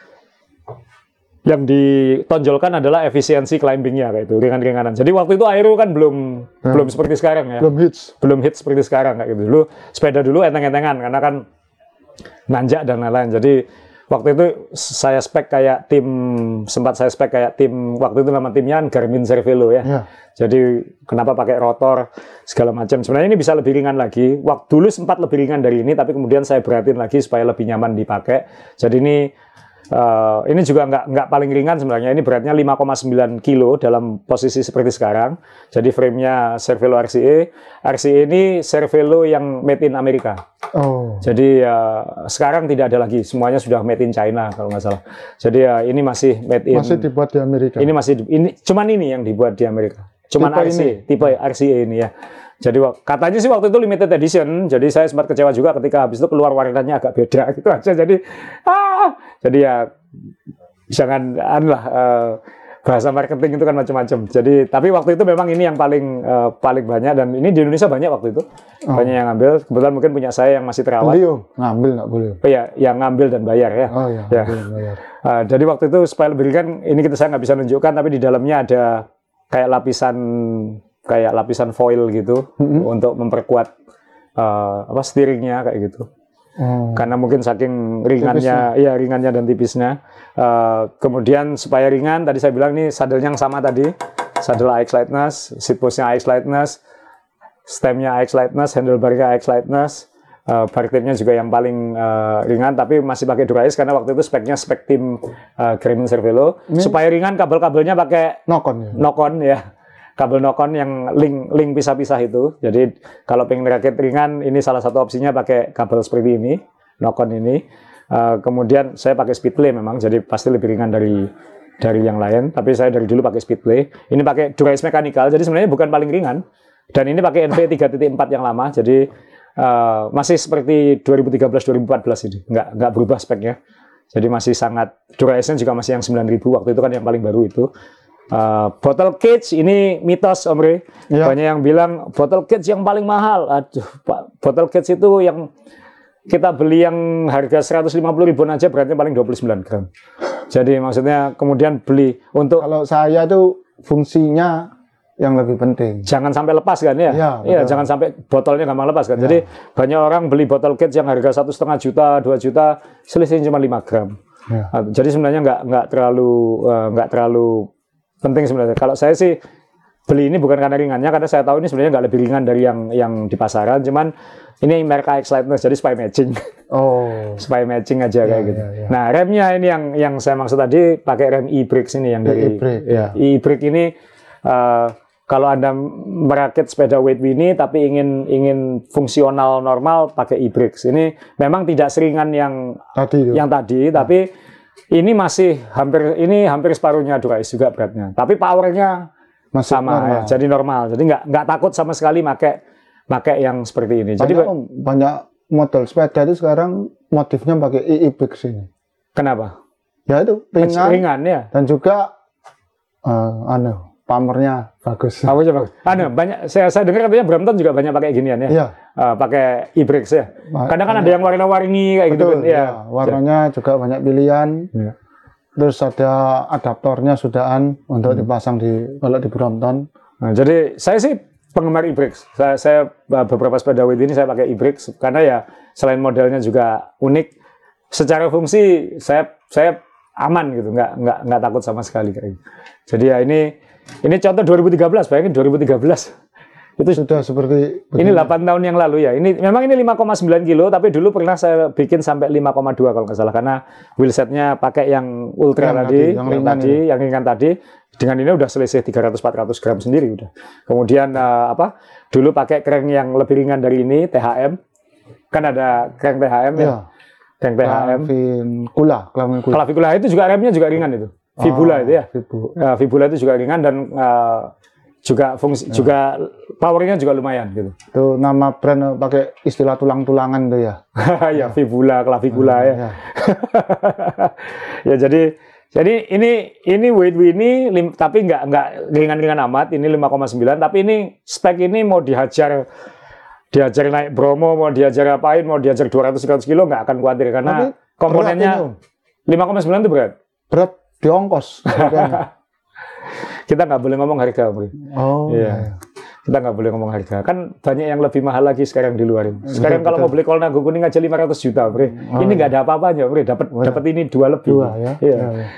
yang ditonjolkan adalah efisiensi climbingnya kayak itu, ringan-ringanan. Jadi waktu itu aero kan belum hmm. belum seperti sekarang ya. Belum hits. Belum hits seperti sekarang kayak gitu. Dulu sepeda dulu enteng-entengan karena kan nanjak dan lain-lain. Jadi waktu itu saya spek kayak tim, sempat saya spek kayak tim, waktu itu nama timnya Garmin Cervelo ya. Ya. Jadi kenapa pakai rotor segala macam. Sebenarnya ini bisa lebih ringan lagi. Waktu dulu sempat lebih ringan dari ini, tapi kemudian saya beratin lagi supaya lebih nyaman dipakai. Jadi ini uh, ini juga nggak nggak paling ringan sebenarnya. Ini beratnya lima koma sembilan kilo dalam posisi seperti sekarang. Jadi frame-nya Cervelo R C A. R C A ini Cervelo yang made in Amerika. Oh. Jadi uh, sekarang tidak ada lagi, semuanya sudah made in China kalau nggak salah. Jadi ya uh, ini masih made in. Masih dibuat di Amerika. Ini masih ini cuman ini yang dibuat di Amerika. Cuman Tipe R C A, ini? tipe R C A ini ya. Jadi katanya sih waktu itu limited edition. Jadi saya sempat kecewa juga ketika habis itu keluar warnanya agak beda gitu aja. Jadi ah, jadi ya jangan anu lah. Uh, bahasa marketing itu kan macam-macam. Jadi tapi waktu itu memang ini yang paling uh, paling banyak dan ini di Indonesia banyak waktu itu. Oh. Banyak yang ngambil. Kebetulan mungkin punya saya yang masih terawat. Beli, oh. Ngambil nggak boleh. Oh ya, yang ngambil dan bayar ya. Oh iya. Ya. Ngambil, bayar. Uh, jadi waktu itu supaya lebih ringan, ini kita saya nggak bisa nunjukkan, tapi di dalamnya ada kayak lapisan kayak lapisan foil gitu Mm-hmm. untuk memperkuat uh, apa steeringnya kayak gitu. Oh. Karena mungkin saking ringannya, ya ringannya dan tipisnya. Uh, kemudian supaya ringan, tadi saya bilang nih sadelnya yang sama tadi, sadel A X lightness, seat postnya A X lightness, stemnya A X lightness, handlebarnya A X lightness, uh, bar tipnya juga yang paling uh, ringan, tapi masih pakai Dura-Ace karena waktu itu speknya spek tim uh, Garmin Cervelo. Ini supaya ringan, kabel-kabelnya pakai Nokon ya. Nokon ya. Kabel Nokon yang link link pisah-pisah itu. Jadi kalau pengen rakit ringan, ini salah satu opsinya pakai kabel seperti ini, Nokon ini. Uh, kemudian saya pakai Speedplay memang, jadi pasti lebih ringan dari dari yang lain. Tapi saya dari dulu pakai Speedplay. Ini pakai Dura-Ace Mechanical, jadi sebenarnya bukan paling ringan. Dan ini pakai N V tiga titik empat yang lama, jadi uh, masih seperti dua ribu tiga belas dua ribu empat belas ini, nggak nggak berubah speknya. Jadi masih sangat, Dura-Ace juga masih yang sembilan ribu waktu itu kan yang paling baru itu. Uh, bottle cage ini mitos Om Ri. Ya. Banyak yang bilang bottle cage yang paling mahal. Aduh, Pak, bottle cage itu yang kita beli yang harga seratus lima puluh ribuan aja beratnya paling dua puluh sembilan gram. Jadi maksudnya kemudian beli untuk Kalau saya tuh fungsinya yang lebih penting. jangan sampai lepas kan ya? Iya, Iya, betul. jangan sampai botolnya gampang lepas kan. Ya. Jadi banyak orang beli bottle cage yang harga satu setengah juta, dua juta, selisihnya cuma lima gram. Ya. Uh, Jadi sebenarnya nggak nggak terlalu uh, nggak terlalu penting sebenarnya. Kalau saya sih beli ini bukan karena ringannya, karena saya tahu ini sebenarnya nggak lebih ringan dari yang yang di pasaran. Cuman ini merek A X lightness, jadi supaya matching, Oh. supaya matching aja Ya, kayak gitu. ya, ya. Nah remnya ini yang yang saya maksud tadi pakai rem e-brakes ini yang dari E-brake, ya. E-brake ini uh, kalau Anda merakit sepeda Wade Winnie tapi ingin ingin fungsional normal pakai e-brakes. Ini memang tidak seringan yang Tadi itu. yang tadi, tapi ini masih hampir ini hampir separuhnya Dura-Ace juga beratnya. Tapi powernya Masih sama normal. ya, jadi normal. Jadi nggak nggak takut sama sekali pakai pakai yang seperti ini. Jadi Banyak, Om, banyak model sepeda itu sekarang motifnya pakai e-brakes ini. kenapa? Ya itu ringan, ringan ya. Dan juga uh, anu pamernya bagus. Apa coba? Anu banyak saya saya dengar katanya Brampton juga banyak pakai ginian ya. Iya. Uh, pakai e-brakes ya. Kadang kan ada yang warna-warni kayak Betul, gitu kan. Ya. Warnanya ya. juga banyak pilihan. Ya. Terus ada adaptornya sudahan untuk hmm. dipasang di kalau di Brampton. Nah, jadi saya sih penggemar e-brakes. Saya, saya beberapa sepeda W D ini saya pakai e-brakes karena ya selain modelnya juga unik, secara fungsi saya saya aman gitu, nggak nggak nggak takut sama sekali kayak gitu. Jadi ya ini ini contoh dua ribu tiga belas, bayangin dua ribu tiga belas itu sudah seperti begini. Ini delapan tahun yang lalu ya. Ini memang ini lima koma sembilan kilo, tapi dulu pernah saya bikin sampai lima koma dua kalau nggak salah karena wheelsetnya pakai yang ultra yang tadi, yang, yang tadi, ya. yang ringan tadi. Dengan ini udah selisih tiga ratus sampai empat ratus gram sendiri udah. Kemudian uh, apa? Dulu pakai crank yang lebih ringan dari ini, T H M. Kan ada crank T H M ya. ya. Crank T H M. Clavicula, Clavicula. Clavicula itu juga remnya juga ringan itu. Fibula oh, itu ya. Fibu. Uh, fibula itu juga ringan dan uh, juga fungsi ya. juga powernya juga lumayan gitu. Itu nama brand pakai istilah tulang-tulangan tuh ya. Ya, fibula, clavicula hmm, ya. Ya. Ya jadi jadi ini ini weight ini lim, tapi nggak nggak ringan-ringan amat. Ini lima koma sembilan tapi ini spek ini mau dihajar diajar naik Bromo, mau diajar apain, mau diajar dua ratus tiga ratus kilo nggak akan khawatir karena tapi komponennya lima koma sembilan itu berat. Berat di ongkos. Kita nggak boleh ngomong harga, Bro. Oh. Iya. Kita nggak boleh ngomong harga. Kan banyak yang lebih mahal lagi sekarang di luar ini. Sekarang betul, kalau betul. mau beli kol nago kuning aja lima ratus juta, Bro. Oh, ini nggak iya. ada apa-apanya, Bro. Dapat oh, dapat ini dua lebih. Dua ya. Iya. Ya, ya.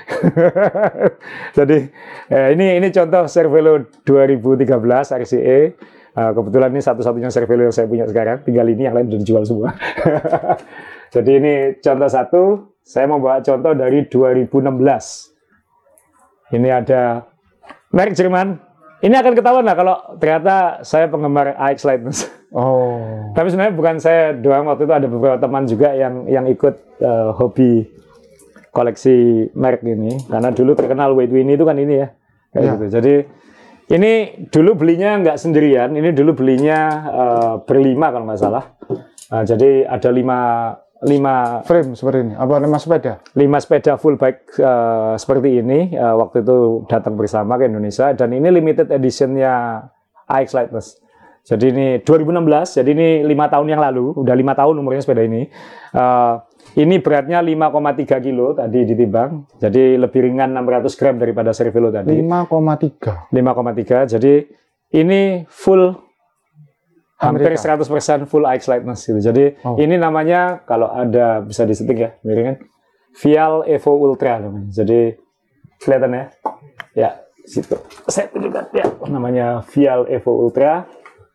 Jadi eh, ini ini contoh Cervelo dua ribu tiga belas R C E. Uh, kebetulan ini satu-satunya Cervelo yang saya punya sekarang. Tinggal ini yang lain sudah dijual semua. Jadi ini contoh satu. Saya mau bawa contoh dari dua ribu enam belas. Ini ada merek Jerman. Ini akan ketahuan lah kalau ternyata saya penggemar A X Lightness. Oh. Tapi sebenarnya bukan saya doang, waktu itu ada beberapa teman juga yang yang ikut uh, hobi koleksi merek ini. Karena dulu terkenal Wade Winnie itu kan ini ya. Kayak yeah. gitu. Jadi ini dulu belinya nggak sendirian. Ini dulu belinya uh, berlima kalau nggak salah. Uh, jadi ada lima lima frame seperti ini, apa lima sepeda? Lima sepeda full bike uh, seperti ini. Uh, waktu itu datang bersama ke Indonesia dan ini limited editionnya A X Lightness. Jadi ini dua ribu enam belas, jadi ini lima tahun yang lalu, udah lima tahun umurnya sepeda ini. Uh, ini beratnya lima koma tiga kilo tadi ditimbang, jadi lebih ringan enam ratus gram daripada Cervelo tadi. lima koma tiga. lima koma tiga, jadi ini full hampir Amerika. seratus persen full A X Lightness gitu. Jadi oh. ini namanya kalau ada bisa disetting ya, miringin Vial Evo Ultra namanya. Jadi kelihatan ya. Ya, situ. Saya tunjukkan ya, namanya Vial Evo Ultra.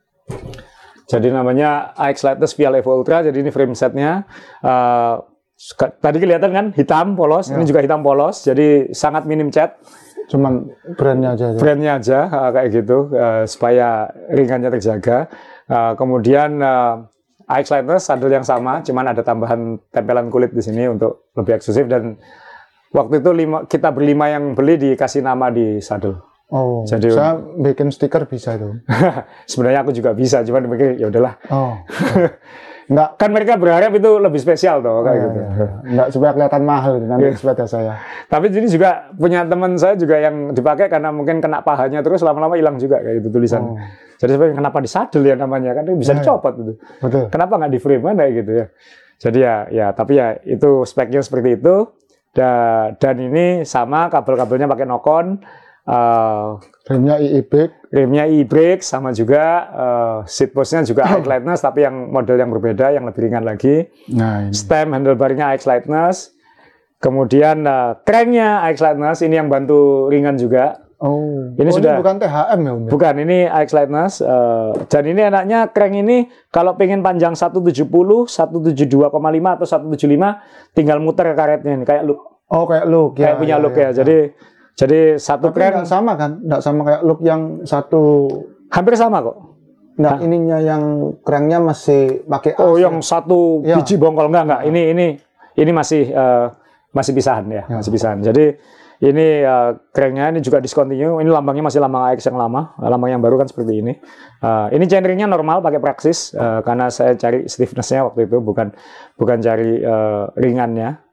Jadi namanya A X Lightness Vial Evo Ultra. Jadi ini frame setnya. Uh, tadi kelihatan kan hitam polos, ya. Ini juga hitam polos. Jadi sangat minim cat. Cuman brandnya aja. Brandnya aja uh, kayak gitu uh, supaya ringannya terjaga. Uh, kemudian uh, A X Lightness saddle yang sama, cuman ada tambahan tempelan kulit di sini untuk lebih eksklusif dan waktu itu lima, kita berlima yang beli dikasih nama di saddle. Oh, jadi saya bikin stiker bisa itu. Sebenarnya aku juga bisa, cuman mikir ya udahlah. Oh. Enggak, kan mereka berharap itu lebih spesial toh kayak oh, gitu. Iya, iya. Enggak supaya kelihatan mahal nanti yeah. sepeda saya. Tapi jadi juga punya teman saya juga yang dipakai karena mungkin kena pahanya terus lama-lama hilang juga kayak gitu tulisan. Oh. Jadi sebenarnya kenapa di saddle ya namanya kan bisa yeah, dicopot gitu. Betul. Kenapa nggak di frame kan kayak gitu ya. Jadi ya ya tapi ya itu speknya seperti itu. Da, dan ini sama kabel-kabelnya pakai Nokon. Uh, remnya e-brake, remnya e-brake sama juga uh, seat postnya juga A X Lightness tapi yang model yang berbeda yang lebih ringan lagi. Nah, ini. Stem handlebarnya A X Lightness, kemudian uh, cranknya A X Lightness ini yang bantu ringan juga. Oh, ini oh, sudah ini bukan T H M ya Om? Bukan, ini A X Lightness. Uh, dan ini enaknya crank ini kalau pengen panjang seratus tujuh puluh, seratus tujuh puluh dua koma lima atau seratus tujuh puluh lima tinggal muter karetnya ini kayak look. Oh, kayak look ya. Kayak punya ya, look ya, ya. ya. Jadi Jadi satu tapi crank nggak sama kan? Nggak sama kayak look yang satu. Hampir sama kok. Nggak, nah. ininya yang cranknya masih pakai as. Oh, yang satu ya. biji bongkol enggak enggak. Ini ini ini masih uh, masih pisahan ya, ya, masih pisahan. Jadi ini uh, cranknya ini juga discontinue. Ini lambangnya masih lambang A X yang lama. Lambang yang baru kan seperti ini. Uh, ini chainringnya normal pakai Praxis uh, karena saya cari stiffness-nya waktu itu bukan bukan cari uh, ringannya.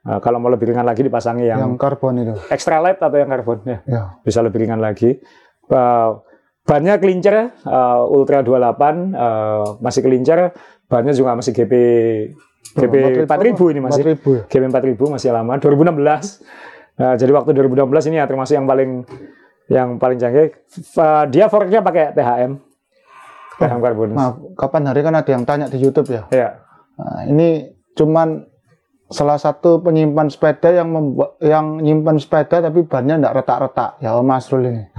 Uh, kalau mau lebih ringan lagi dipasangi yang, yang karbon itu. Extra light atau yang karbon ya. Ya. Bisa lebih ringan lagi. Uh, bannya kelincer uh, Ultra dua puluh delapan uh, masih kelincer, bannya juga masih G P G P empat ribu ini masih. empat ribu ya? G P empat ribu masih lama dua ribu enam belas. Uh, jadi waktu dua ribu enam belas ini ya termasuk yang paling yang paling canggih. Uh, dia forknya pakai T H M. T H M karbon. Maaf, kapan hari kan ada yang tanya di YouTube ya. Iya. Nah, ini cuman salah satu penyimpan sepeda yang membuat yang nyimpan sepeda tapi bannya enggak retak-retak ya Om Asrul ini.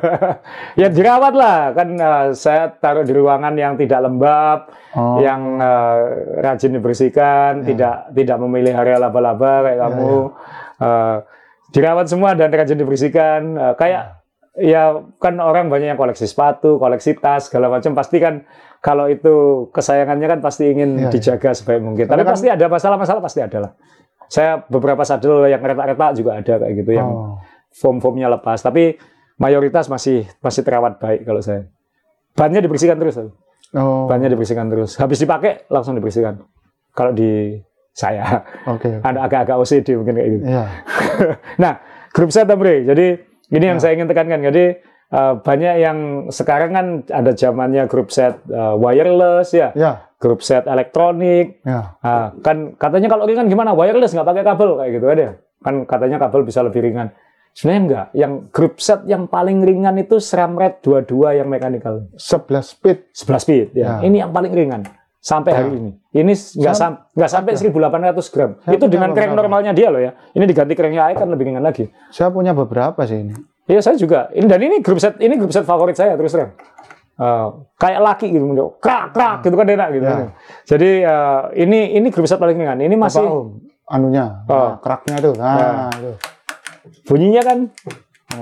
Ya dirawat lah kan, uh, saya taruh di ruangan yang tidak lembab, oh. yang uh, rajin dibersihkan, ya. tidak tidak memelihara laba-laba kayak ya, kamu. Ya. Uh, dirawat semua dan rajin dibersihkan. Uh, kayak ya. ya kan orang banyak yang koleksi sepatu, koleksi tas segala macam, pasti kan kalau itu kesayangannya kan pasti ingin ya, dijaga ya. sebaik mungkin. Tapi kan, pasti ada masalah-masalah, pasti ada lah. Saya beberapa sadel yang retak-retak juga ada kayak gitu, oh. yang foam-foamnya lepas. Tapi mayoritas masih masih terawat baik kalau saya. Bannya dibersihkan terus. Oh. Bannya dibersihkan terus. Habis dipakai langsung dibersihkan. Kalau di saya, okay, okay. ada agak-agak O C D mungkin kayak gitu. Ya. Nah, grup set Bre. Jadi ini ya. yang saya ingin tekankan. Jadi Uh, banyak yang sekarang kan ada zamannya grup set uh, wireless ya, ya. grup set elektronik. Ya. Uh, kan katanya kalau ringan gimana? Wireless nggak pakai kabel kayak gitu ada. Kan katanya kabel bisa lebih ringan. Sebenarnya enggak. Yang grup set yang paling ringan itu SRAM Red dua puluh dua yang mechanical. sebelas speed. sebelas speed ya. ya. Ini yang paling ringan sampai ya. hari ini. Ini nggak sam nggak sampai seribu delapan ratus gram. Saya itu dengan crank normalnya dia loh ya. Ini diganti cranknya kan lebih ringan lagi. Saya punya beberapa sih ini. Iya saya juga. Ini dan ini grup set ini grup set favorit saya terus terang. Uh, kayak laki gitu, krak krak gitu kan enak gitu. Ya. Jadi uh, ini ini grup set paling ringan. Ini masih apa, om? Anunya, oh. nah, kraknya tuh. Nah, ya. itu. Bunyinya kan. Ya.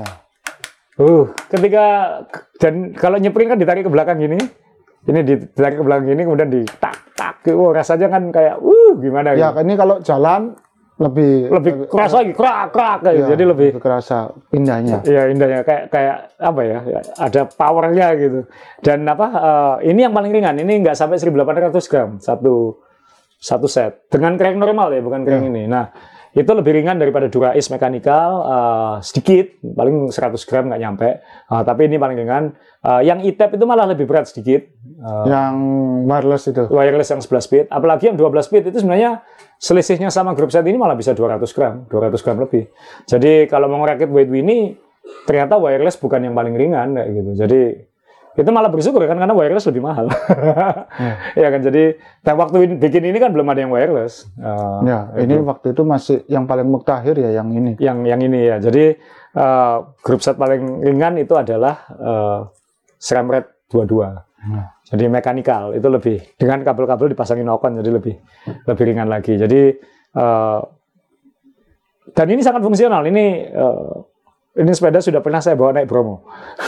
Uh, ketika dan kalau nyepring kan ditarik ke belakang gini. Ini ditarik ke belakang gini kemudian di tak tak. Oh, rasanya kan kayak uh gimana ya, gitu. Ini kalau jalan lebih lebih keras lagi, krak krak kayak ya, jadi lebih, lebih kerasa indahnya. Iya indahnya kayak kayak apa ya? Ada powernya gitu. Dan apa? Uh, ini yang paling ringan. Ini nggak sampai seribu delapan ratus gram satu satu set dengan crank normal ya, bukan crank ya. ini. Nah itu lebih ringan daripada Dura-Ace mechanical uh, sedikit, paling seratus gram nggak nyampe. Uh, tapi ini paling ringan. Uh, yang E T A P itu malah lebih berat sedikit. Uh, yang wireless itu. Wireless yang sebelas speed. Apalagi yang dua belas speed itu sebenarnya selisihnya sama grup set ini malah bisa dua ratus gram, dua ratus gram lebih. Jadi kalau mau ngerakit Weight ini ternyata wireless bukan yang paling ringan kayak gitu. Jadi itu malah bersyukur kan karena wireless lebih mahal. hmm. Ya kan jadi waktu bikin ini kan belum ada yang wireless. Uh, ya, ini itu. Waktu itu masih yang paling muktahir ya yang ini. Yang yang ini ya. Jadi uh, grup set paling ringan itu adalah uh, SRAM Red dua puluh dua. Hmm. Jadi mechanical itu lebih dengan kabel-kabel dipasangin Ocon jadi lebih lebih ringan lagi. Jadi uh, dan ini sangat fungsional. Ini uh, ini sepeda sudah pernah saya bawa naik Bromo.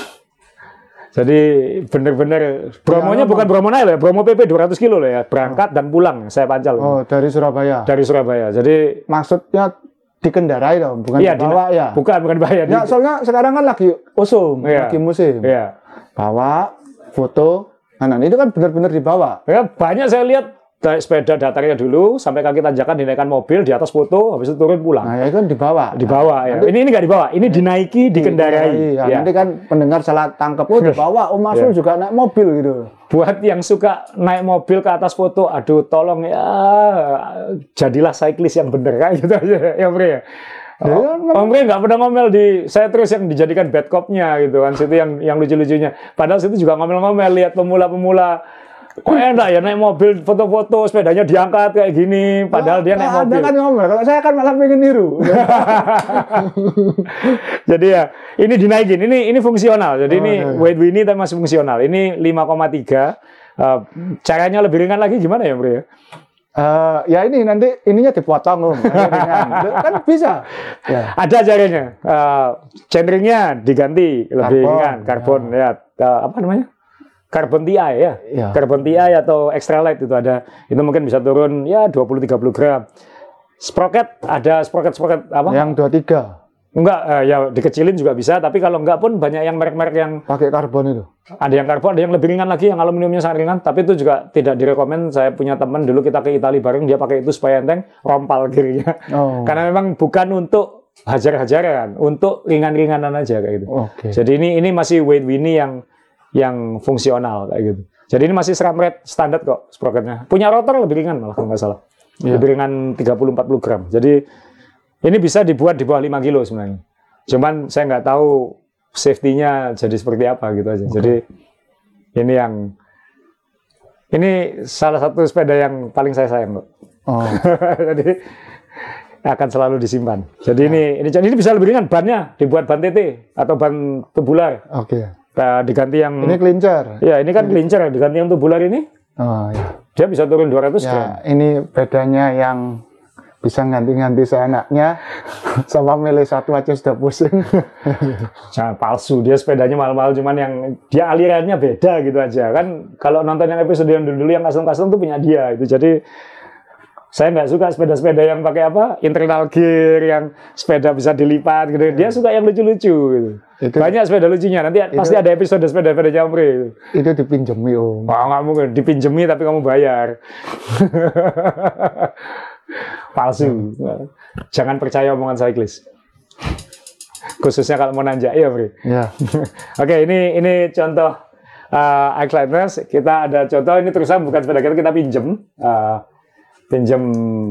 Jadi benar-benar Bromonya ya, bukan Bromo naik ya, Bromo P P dua ratus kilo loh ya, berangkat oh. dan pulang saya pancal. Oh, dari Surabaya. Dari Surabaya. Jadi maksudnya dikendarai dong, bukan iya, dibawa ya. Bukan, bukan bayar. Ya, soalnya sekarang kan lagi usum, iya. lagi musim. Iya. Bawa foto. Nah, itu kan benar-benar dibawa. Ya, banyak saya lihat sepeda datarnya dulu sampai kaki tanjakan dinaikkan mobil di atas foto habis itu turun pulang. Nah, itu kan dibawa. Dibawa ya. Nanti, ini ini nggak dibawa, ini dinaiki, dikendarai. Ya, ya. Nanti kan pendengar salah tangkap, oh dibawa, Om Asrul ya. juga naik mobil gitu. Buat yang suka naik mobil ke atas foto, aduh tolong ya jadilah cyclist yang bener kayak gitu aja ya, Bre ya. Ya, Om Bre nggak pernah ngomel di saya terus yang dijadikan bad cop-nya gitu kan, situ yang yang lucu-lucunya. Padahal situ juga ngomel-ngomel lihat pemula-pemula. Kok enak ya naik mobil foto-foto sepedanya diangkat kayak gini, padahal oh, dia naik mobil. Anda kan ngomel, kalau saya kan malah pengen niru. Jadi ya ini dinaikin, ini ini fungsional. Jadi oh, ini iya. Weight ini tapi masih fungsional. Ini lima koma tiga. Uh, caranya lebih ringan lagi gimana ya, Bre? Uh, ya ini nanti ininya dipotong, Om. Kan bisa. Ya. Ada caranya. Uh, centeringnya diganti lebih karbon, ringan, karbon ya. ya. Uh, apa namanya? Karbon T I ya. ya. Karbon T I atau extra light itu ada. Itu mungkin bisa turun ya dua puluh sampai tiga puluh gram. Sprocket ada sprocket-sprocket apa? Yang dua puluh tiga. Enggak, uh, ya dikecilin juga bisa, tapi kalau enggak pun banyak yang merek-merek yang pakai karbon itu. Ada yang karbon, ada yang lebih ringan lagi, yang aluminiumnya sangat ringan, tapi itu juga tidak direkomend. Saya punya teman dulu kita ke Italia bareng, dia pakai itu supaya enteng, rompal kirinya. Oh. Karena memang bukan untuk hajar-hajaran, untuk ringan-ringanan aja kayak gitu. Okay. Jadi ini ini masih weight Winnie yang yang fungsional kayak gitu. Jadi ini masih SRAM rate standar kok sprocketnya. Punya rotor lebih ringan malah kalau nggak salah. Yeah. Lebih ringan tiga puluh sampai empat puluh gram. Jadi ini bisa dibuat di bawah lima kilo sebenarnya. Cuman saya nggak tahu safety-nya jadi seperti apa gitu aja. Okay. Jadi ini yang ini salah satu sepeda yang paling saya sayang kok. Oh. Jadi akan selalu disimpan. Jadi ya. ini ini ini bisa lebih ringan, bannya dibuat ban T T atau ban tubular. Oke. Okay. Nah, diganti yang ini kelincer. Ya, ini kan kelincer, diganti yang tubular ini. Oh, ya. Dia bisa turun dua ratus gram. Ya, ini bedanya yang bisa ganti-ganti seenaknya sama milih satu aja sudah pusing. Jangan palsu, dia sepedanya mahal-mahal, cuman yang dia alirannya beda gitu aja. Kan kalau nonton yang episode yang dulu-dulu yang custom-custom tuh punya dia itu. Jadi saya nggak suka sepeda-sepeda yang pakai apa internal gear, yang sepeda bisa dilipat gitu. Dia suka yang lucu-lucu gitu. Itu, banyak sepeda lucunya. Nanti itu, pasti ada episode sepeda-sepeda Jamre itu. Itu dipinjemi om. Oh, nggak mungkin dipinjemi tapi kamu bayar. Palsu. Hmm. Jangan percaya omongan cyclist. Khususnya kalau mau nanjak ya, Bri. Ya. Oke, ini ini contoh uh, Ike Lightness. Kita ada contoh ini terusan bukan sepeda kita, kita pinjem. Uh, pinjem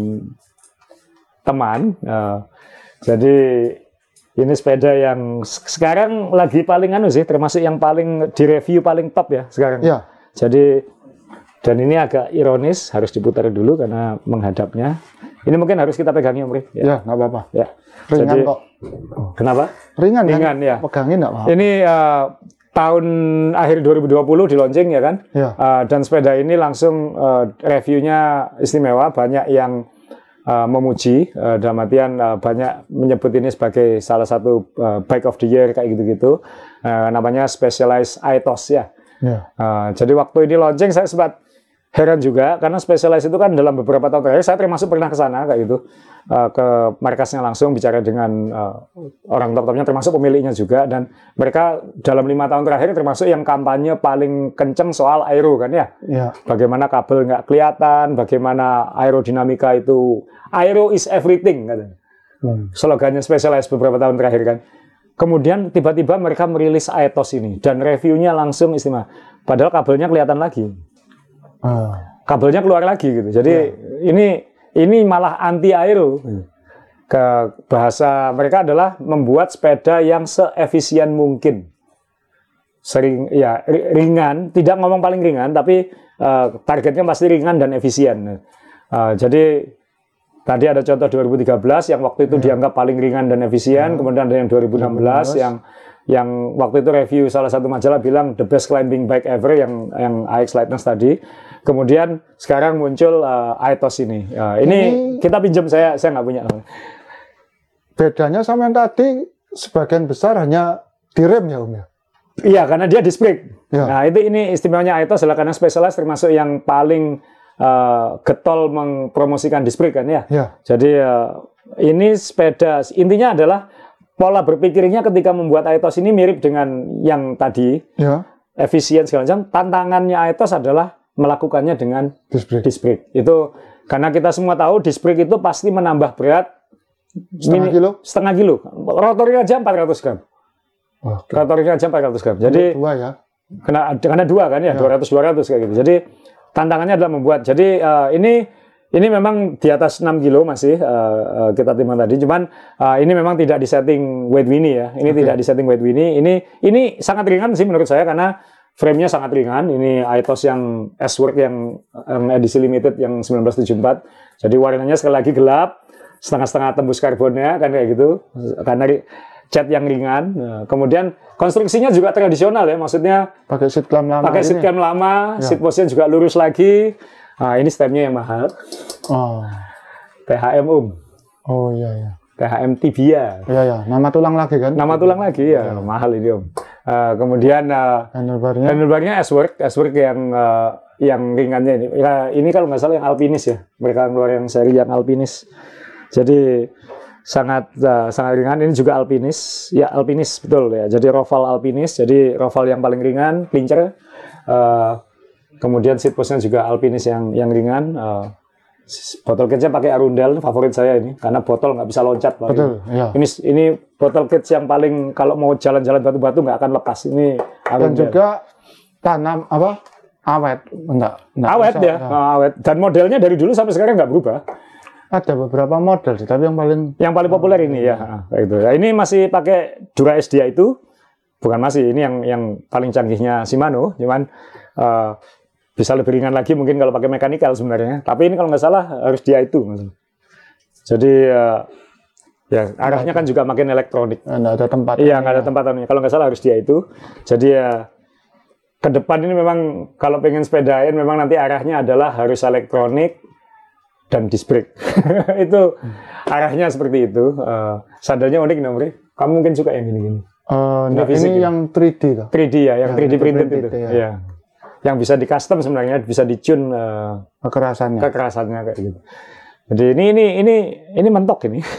teman. Uh, jadi ini sepeda yang sekarang lagi paling anu sih, termasuk yang paling di review paling top ya sekarang. Ya. Jadi dan ini agak ironis, harus diputar dulu karena menghadapnya. Ini mungkin harus kita pegangi, Om Ri. Ya, ya nggak apa-apa. Ya. Ringan Jadi, kok. Kenapa? Ringan, Ringan kan? Ya. Pegangin nggak apa-apa. Ini uh, tahun akhir dua ribu dua puluh di launching ya kan? Ya. Uh, dan sepeda ini langsung uh, reviewnya istimewa, banyak yang uh, memuji, uh, dalam artian uh, banyak menyebut ini sebagai salah satu uh, bike of the year kayak gitu-gitu. Uh, namanya Specialized Aetos ya. Ya. Uh, jadi waktu ini launching saya sempat heran juga karena Specialized itu kan dalam beberapa tahun terakhir saya termasuk pernah ke sana kayak gitu, uh, ke markasnya langsung bicara dengan uh, orang top-topnya termasuk pemiliknya juga, dan mereka dalam lima tahun terakhir termasuk yang kampanye paling kenceng soal aero kan ya, ya. Bagaimana kabel nggak kelihatan, bagaimana aerodinamika itu aero is everything katanya. Hmm. Slogannya Specialized beberapa tahun terakhir kan. Kemudian tiba-tiba mereka merilis Aetos ini dan reviewnya langsung istimewa. Padahal kabelnya kelihatan lagi. Uh. Kabelnya keluar lagi gitu. Jadi yeah. ini ini malah anti aero. Ke bahasa mereka adalah membuat sepeda yang seefisien mungkin. Sering ya ringan, tidak ngomong paling ringan, tapi uh, targetnya pasti ringan dan efisien. Uh, jadi tadi ada contoh dua ribu tiga belas yang waktu itu yeah. dianggap paling ringan dan efisien, yeah. kemudian ada yang dua ribu enam belas yang yang waktu itu review salah satu majalah bilang the best climbing bike ever yang yang Ike Lightness tadi. Kemudian sekarang muncul uh, Aetos ini. Uh, ini. Ini kita pinjam, saya saya nggak punya. Bedanya sama yang tadi sebagian besar hanya direm ya Om ya. Iya, karena dia disc brake. Ya. Nah itu ini istimewanya Aetos adalah karena Specialized termasuk yang paling uh, getol mempromosikan disc brake kan ya. Ya. Jadi uh, ini sepeda intinya adalah pola berpikirnya ketika membuat Aetos ini mirip dengan yang tadi. Ya. Efisien segala macam. Tantangannya Aetos adalah melakukannya dengan disc brake. Disc brake. Itu karena kita semua tahu disc brake itu pasti menambah berat setengah kilo. Setengah kilo. Rotornya aja empat ratus gram. Okay. Rotornya aja empat ratus gram. Jadi dua ya. Karena karena dua kan ya, ya. dua ratus dua ratus kayak gitu. Jadi tantangannya adalah membuat. Jadi uh, ini ini memang di atas enam kilo masih uh, uh, kita timbang tadi. Cuman uh, ini memang tidak disetting weight Winnie ya. Ini okay. tidak disetting weight Winnie. Ini ini sangat ringan sih menurut saya karena frame-nya sangat ringan. Ini Aetos yang S-Work yang, yang edisi limited yang seribu sembilan ratus tujuh puluh empat. Jadi warnanya sekali lagi gelap, setengah-setengah tembus karbonnya kan kayak gitu. Karena cat yang ringan. Nah, kemudian konstruksinya juga tradisional ya, maksudnya pakai seat clamp lama. Pakai seat clamp lama, ya. Seat post-nya juga lurus lagi. Nah, ini stemnya yang mahal. Oh. T H M Om. Oh iya iya. T H M Tibia. Iya ya, nama tulang lagi kan? Nama tulang lagi ya, ya. Mahal ini Om. Uh, kemudian uh, handlebarnya, handlebarnya S-Work, S-Work yang uh, yang ringannya ini. Ya, ini kalau nggak salah yang Alpinis ya. Mereka keluar yang seri yang Alpinis. Jadi sangat uh, sangat ringan. Ini juga alpinis, ya alpinis betul ya. Jadi roval alpinis, jadi roval yang paling ringan, clincher. Uh, kemudian seat postnya juga alpinis yang yang ringan. Uh, botol kitsnya pakai Arundel, favorit saya ini, karena botol nggak bisa loncat. Betul. Ya. Ini ini botol kits yang paling kalau mau jalan-jalan batu-batu nggak akan lepas. Ini Arundel. Dan juga tanam apa? Awet, enggak, enggak awet bisa, ya, ya. Uh, awet. Dan modelnya dari dulu sampai sekarang nggak berubah. Ada beberapa model sih, tapi yang paling yang paling populer ini ya, itu. Nah, ini masih pakai Dura S D I itu, bukan masih ini yang yang paling canggihnya Shimano, cuman uh, bisa lebih ringan lagi mungkin kalau pakai mekanikal sebenarnya. Tapi ini kalau nggak salah harus dia itu. Jadi uh, ya arahnya kan juga makin elektronik. Nggak ada tempat. Iya nggak ada tempatannya. Kalau nggak salah harus dia itu. Jadi ya. Ke depan ini memang kalau pengen sepedain memang nanti arahnya adalah harus elektronik dan disc brake. Itu arahnya seperti itu. Uh, sandalnya unik nomornya. Kamu mungkin suka yang gini-gini. Uh, nah, ini ya? Yang tiga D loh. tiga D ya, yang, yang tiga D printed, printed itu. Ya. Ya. Yang bisa di custom sebenarnya, bisa di tune uh, kekerasannya. Kekerasannya kayak gitu. Jadi ini ini ini ini mentok ini.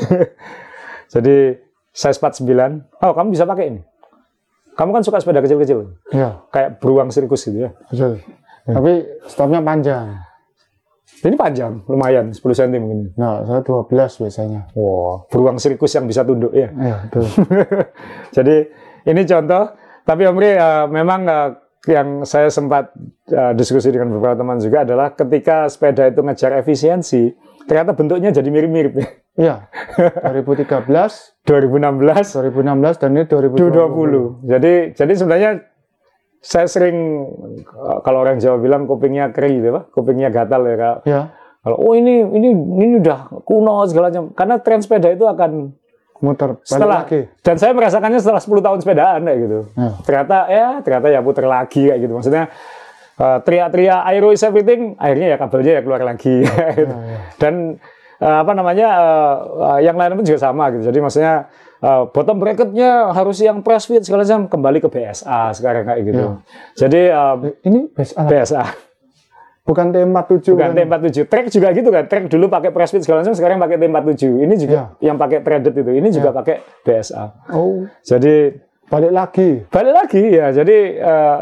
Jadi size empat puluh sembilan. Oh, kamu bisa pakai ini. Kamu kan suka sepeda kecil-kecil, ya. Kayak beruang sirkus gitu ya. Betul. Ya. Tapi stopnya panjang. Ini panjang, lumayan, sepuluh sentimeter mungkin. Nah, saya dua belas biasanya. Wow, beruang sirkus yang bisa tunduk ya. Iya, betul. Jadi ini contoh. Tapi Om Ri, uh, memang uh, yang saya sempat uh, diskusi dengan beberapa teman juga adalah ketika sepeda itu ngejar efisiensi, ternyata bentuknya jadi mirip-mirip ya. Iya, dua ribu tiga belas, dua ribu enam belas, dua ribu enam belas dan ini dua ribu dua puluh. Jadi jadi sebenarnya saya sering kalau orang Jawa bilang kupingnya keri gitu, Pak. Kupingnya gatal ya, Kak. Ya. Kalau oh ini ini ini udah kuno segala macam. Karena tren sepeda itu akan muter setelah lagi. Dan saya merasakannya setelah sepuluh tahun sepedaan kayak gitu. Ya. Ternyata ya ternyata ya puter lagi kayak gitu. Maksudnya uh, teriak-teriak aero is everything, akhirnya ya kabelnya ya keluar lagi. Ya, ya. Dan Uh, apa namanya uh, uh, yang lain pun juga sama gitu. Jadi maksudnya uh, bottom bracketnya harus yang press fit segala macam, kembali ke B S A sekarang kayak gitu. Ya. Jadi uh, ini B S A. B S A. Bukan T empat puluh tujuh. Bukan kan? T empat puluh tujuh. Track juga gitu kan. Track dulu pakai press fit segala macam, sekarang pakai T empat puluh tujuh. Ini juga ya. Yang pakai threaded itu. Ini juga ya. Pakai B S A. Oh. Jadi balik lagi. Balik lagi ya. Jadi uh,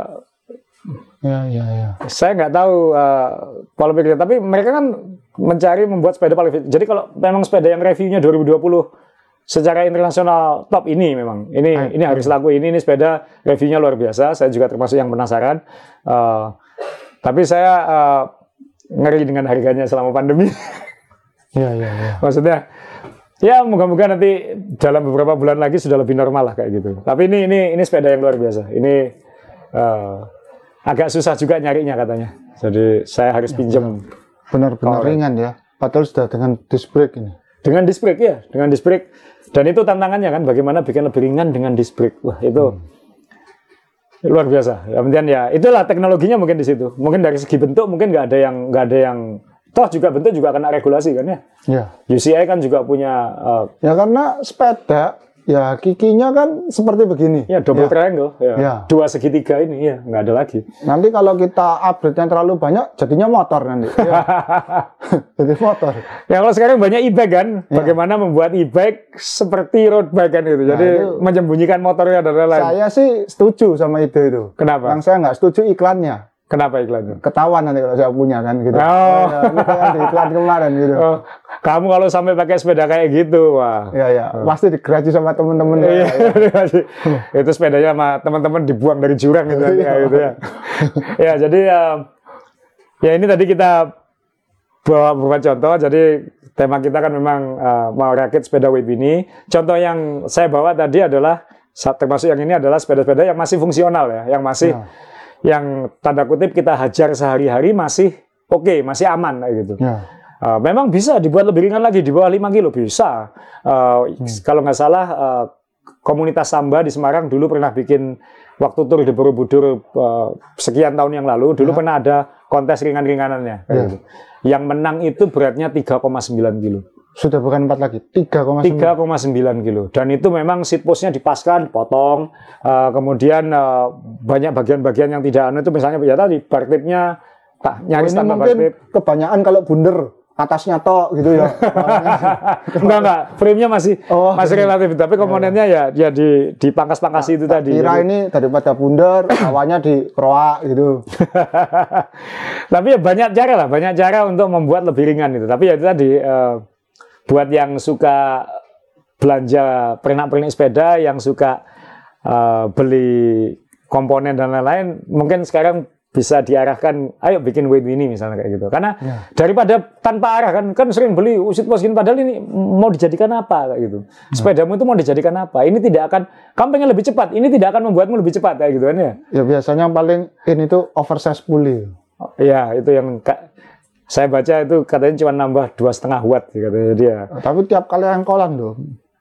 ya ya ya. Saya nggak tahu uh, kalau pikir, tapi mereka kan mencari membuat sepeda paling fit. Jadi kalau memang sepeda yang reviewnya dua ribu dua puluh secara internasional top ini memang ini Hai. Ini harus laku ini ini sepeda reviewnya luar biasa. Saya juga termasuk yang penasaran. Uh, tapi saya uh, ngeri dengan harganya selama pandemi. Iya iya iya. Maksudnya ya moga-moga nanti dalam beberapa bulan lagi sudah lebih normal lah kayak gitu. Tapi ini ini ini sepeda yang luar biasa. Ini uh, agak susah juga nyarinya katanya. Jadi saya harus ya, pinjam. Benar-benar ringan ya. Padahal sudah dengan disc brake ini. Dengan disc brake ya, dengan disc brake. Dan itu tantangannya kan, bagaimana bikin lebih ringan dengan disc brake. Wah itu hmm. luar biasa. Kemudian ya itulah teknologinya mungkin di situ. Mungkin dari segi bentuk mungkin nggak ada yang nggak ada yang. Toh juga bentuk juga kena regulasi kan ya. Ya. U C I kan juga punya. Uh, ya karena sepeda. Ya, kikinya kan seperti begini. Ya, double ya. triangle. Ya. Ya. Dua segitiga ini, ya, nggak ada lagi. Nanti kalau kita upgrade-nya terlalu banyak, jadinya motor nanti. Ya. Jadi motor. Ya, kalau sekarang banyak e-bike kan, ya. Bagaimana membuat e-bike seperti road bike kan gitu. Jadi, nah, itu, menyembunyikan motornya dan lain-lain. Saya sih setuju sama ide itu. Kenapa? Yang saya nggak setuju iklannya. Kenapa iklannya? Ketahuan nanti kalau saya punya kan gitu. Oh. Ya, ini kan di iklan kemarin gitu. Oh. Kamu kalau sampai pakai sepeda kayak gitu, wah. Iya ya, oh. Pasti digraji sama teman-teman. Iya. Ya. Itu sepedanya sama teman-teman dibuang dari jurang gitu, ya, gitu ya. Ya jadi ya, ya ini tadi kita bawa beberapa contoh. Jadi tema kita kan memang uh, mau rakit sepeda wave ini. Contoh yang saya bawa tadi adalah termasuk yang ini adalah sepeda-sepeda yang masih fungsional ya, yang masih ya. Yang tanda kutip kita hajar sehari-hari masih oke, okay, masih aman kayak gitu. Ya. Uh, memang bisa dibuat lebih ringan lagi di bawah lima kilo bisa. Uh, hmm. Kalau nggak salah uh, komunitas Samba di Semarang dulu pernah bikin waktu tur di Borobudur uh, sekian tahun yang lalu. Dulu ya. Pernah ada kontes ringan-ringanannya. Kayak ya. Gitu. Yang menang itu beratnya tiga koma sembilan kilo. Sudah bukan empat lagi, tiga koma sembilan kilo. Dan itu memang seat postnya dipaskan, potong. Uh, kemudian uh, banyak bagian-bagian yang tidak anu itu misalnya ya tadi bar clipnya tak nyaris oh, tanpa bar clip. Kebanyakan kalau bundar atasnya tok gitu ya. enggak enggak, frame-nya masih oh, masih relatif, tapi komponennya ya ya di dipangkas-pangkas itu tak tadi. Kira jadi, ini daripada bundar, awalnya dikeroak gitu. Tapi ya banyak cara lah, banyak cara untuk membuat lebih ringan itu. Tapi ya itu tadi uh, buat yang suka belanja pernak-pernik sepeda, yang suka uh, beli komponen dan lain-lain, mungkin sekarang bisa diarahkan, ayo bikin weight ini misalnya kayak gitu. Karena ya. Daripada tanpa arah kan, kan sering beli usit poskin padahal ini mau dijadikan apa kayak gitu. Sepedamu itu mau dijadikan apa? Ini tidak akan, kamu pengen lebih cepat, ini tidak akan membuatmu lebih cepat kayak gitu kan ya. Ya biasanya paling ini tuh oversize pulley. Ya itu yang saya baca itu katanya cuma nambah dua setengah watt katanya dia. Tapi tiap kali engkolan loh.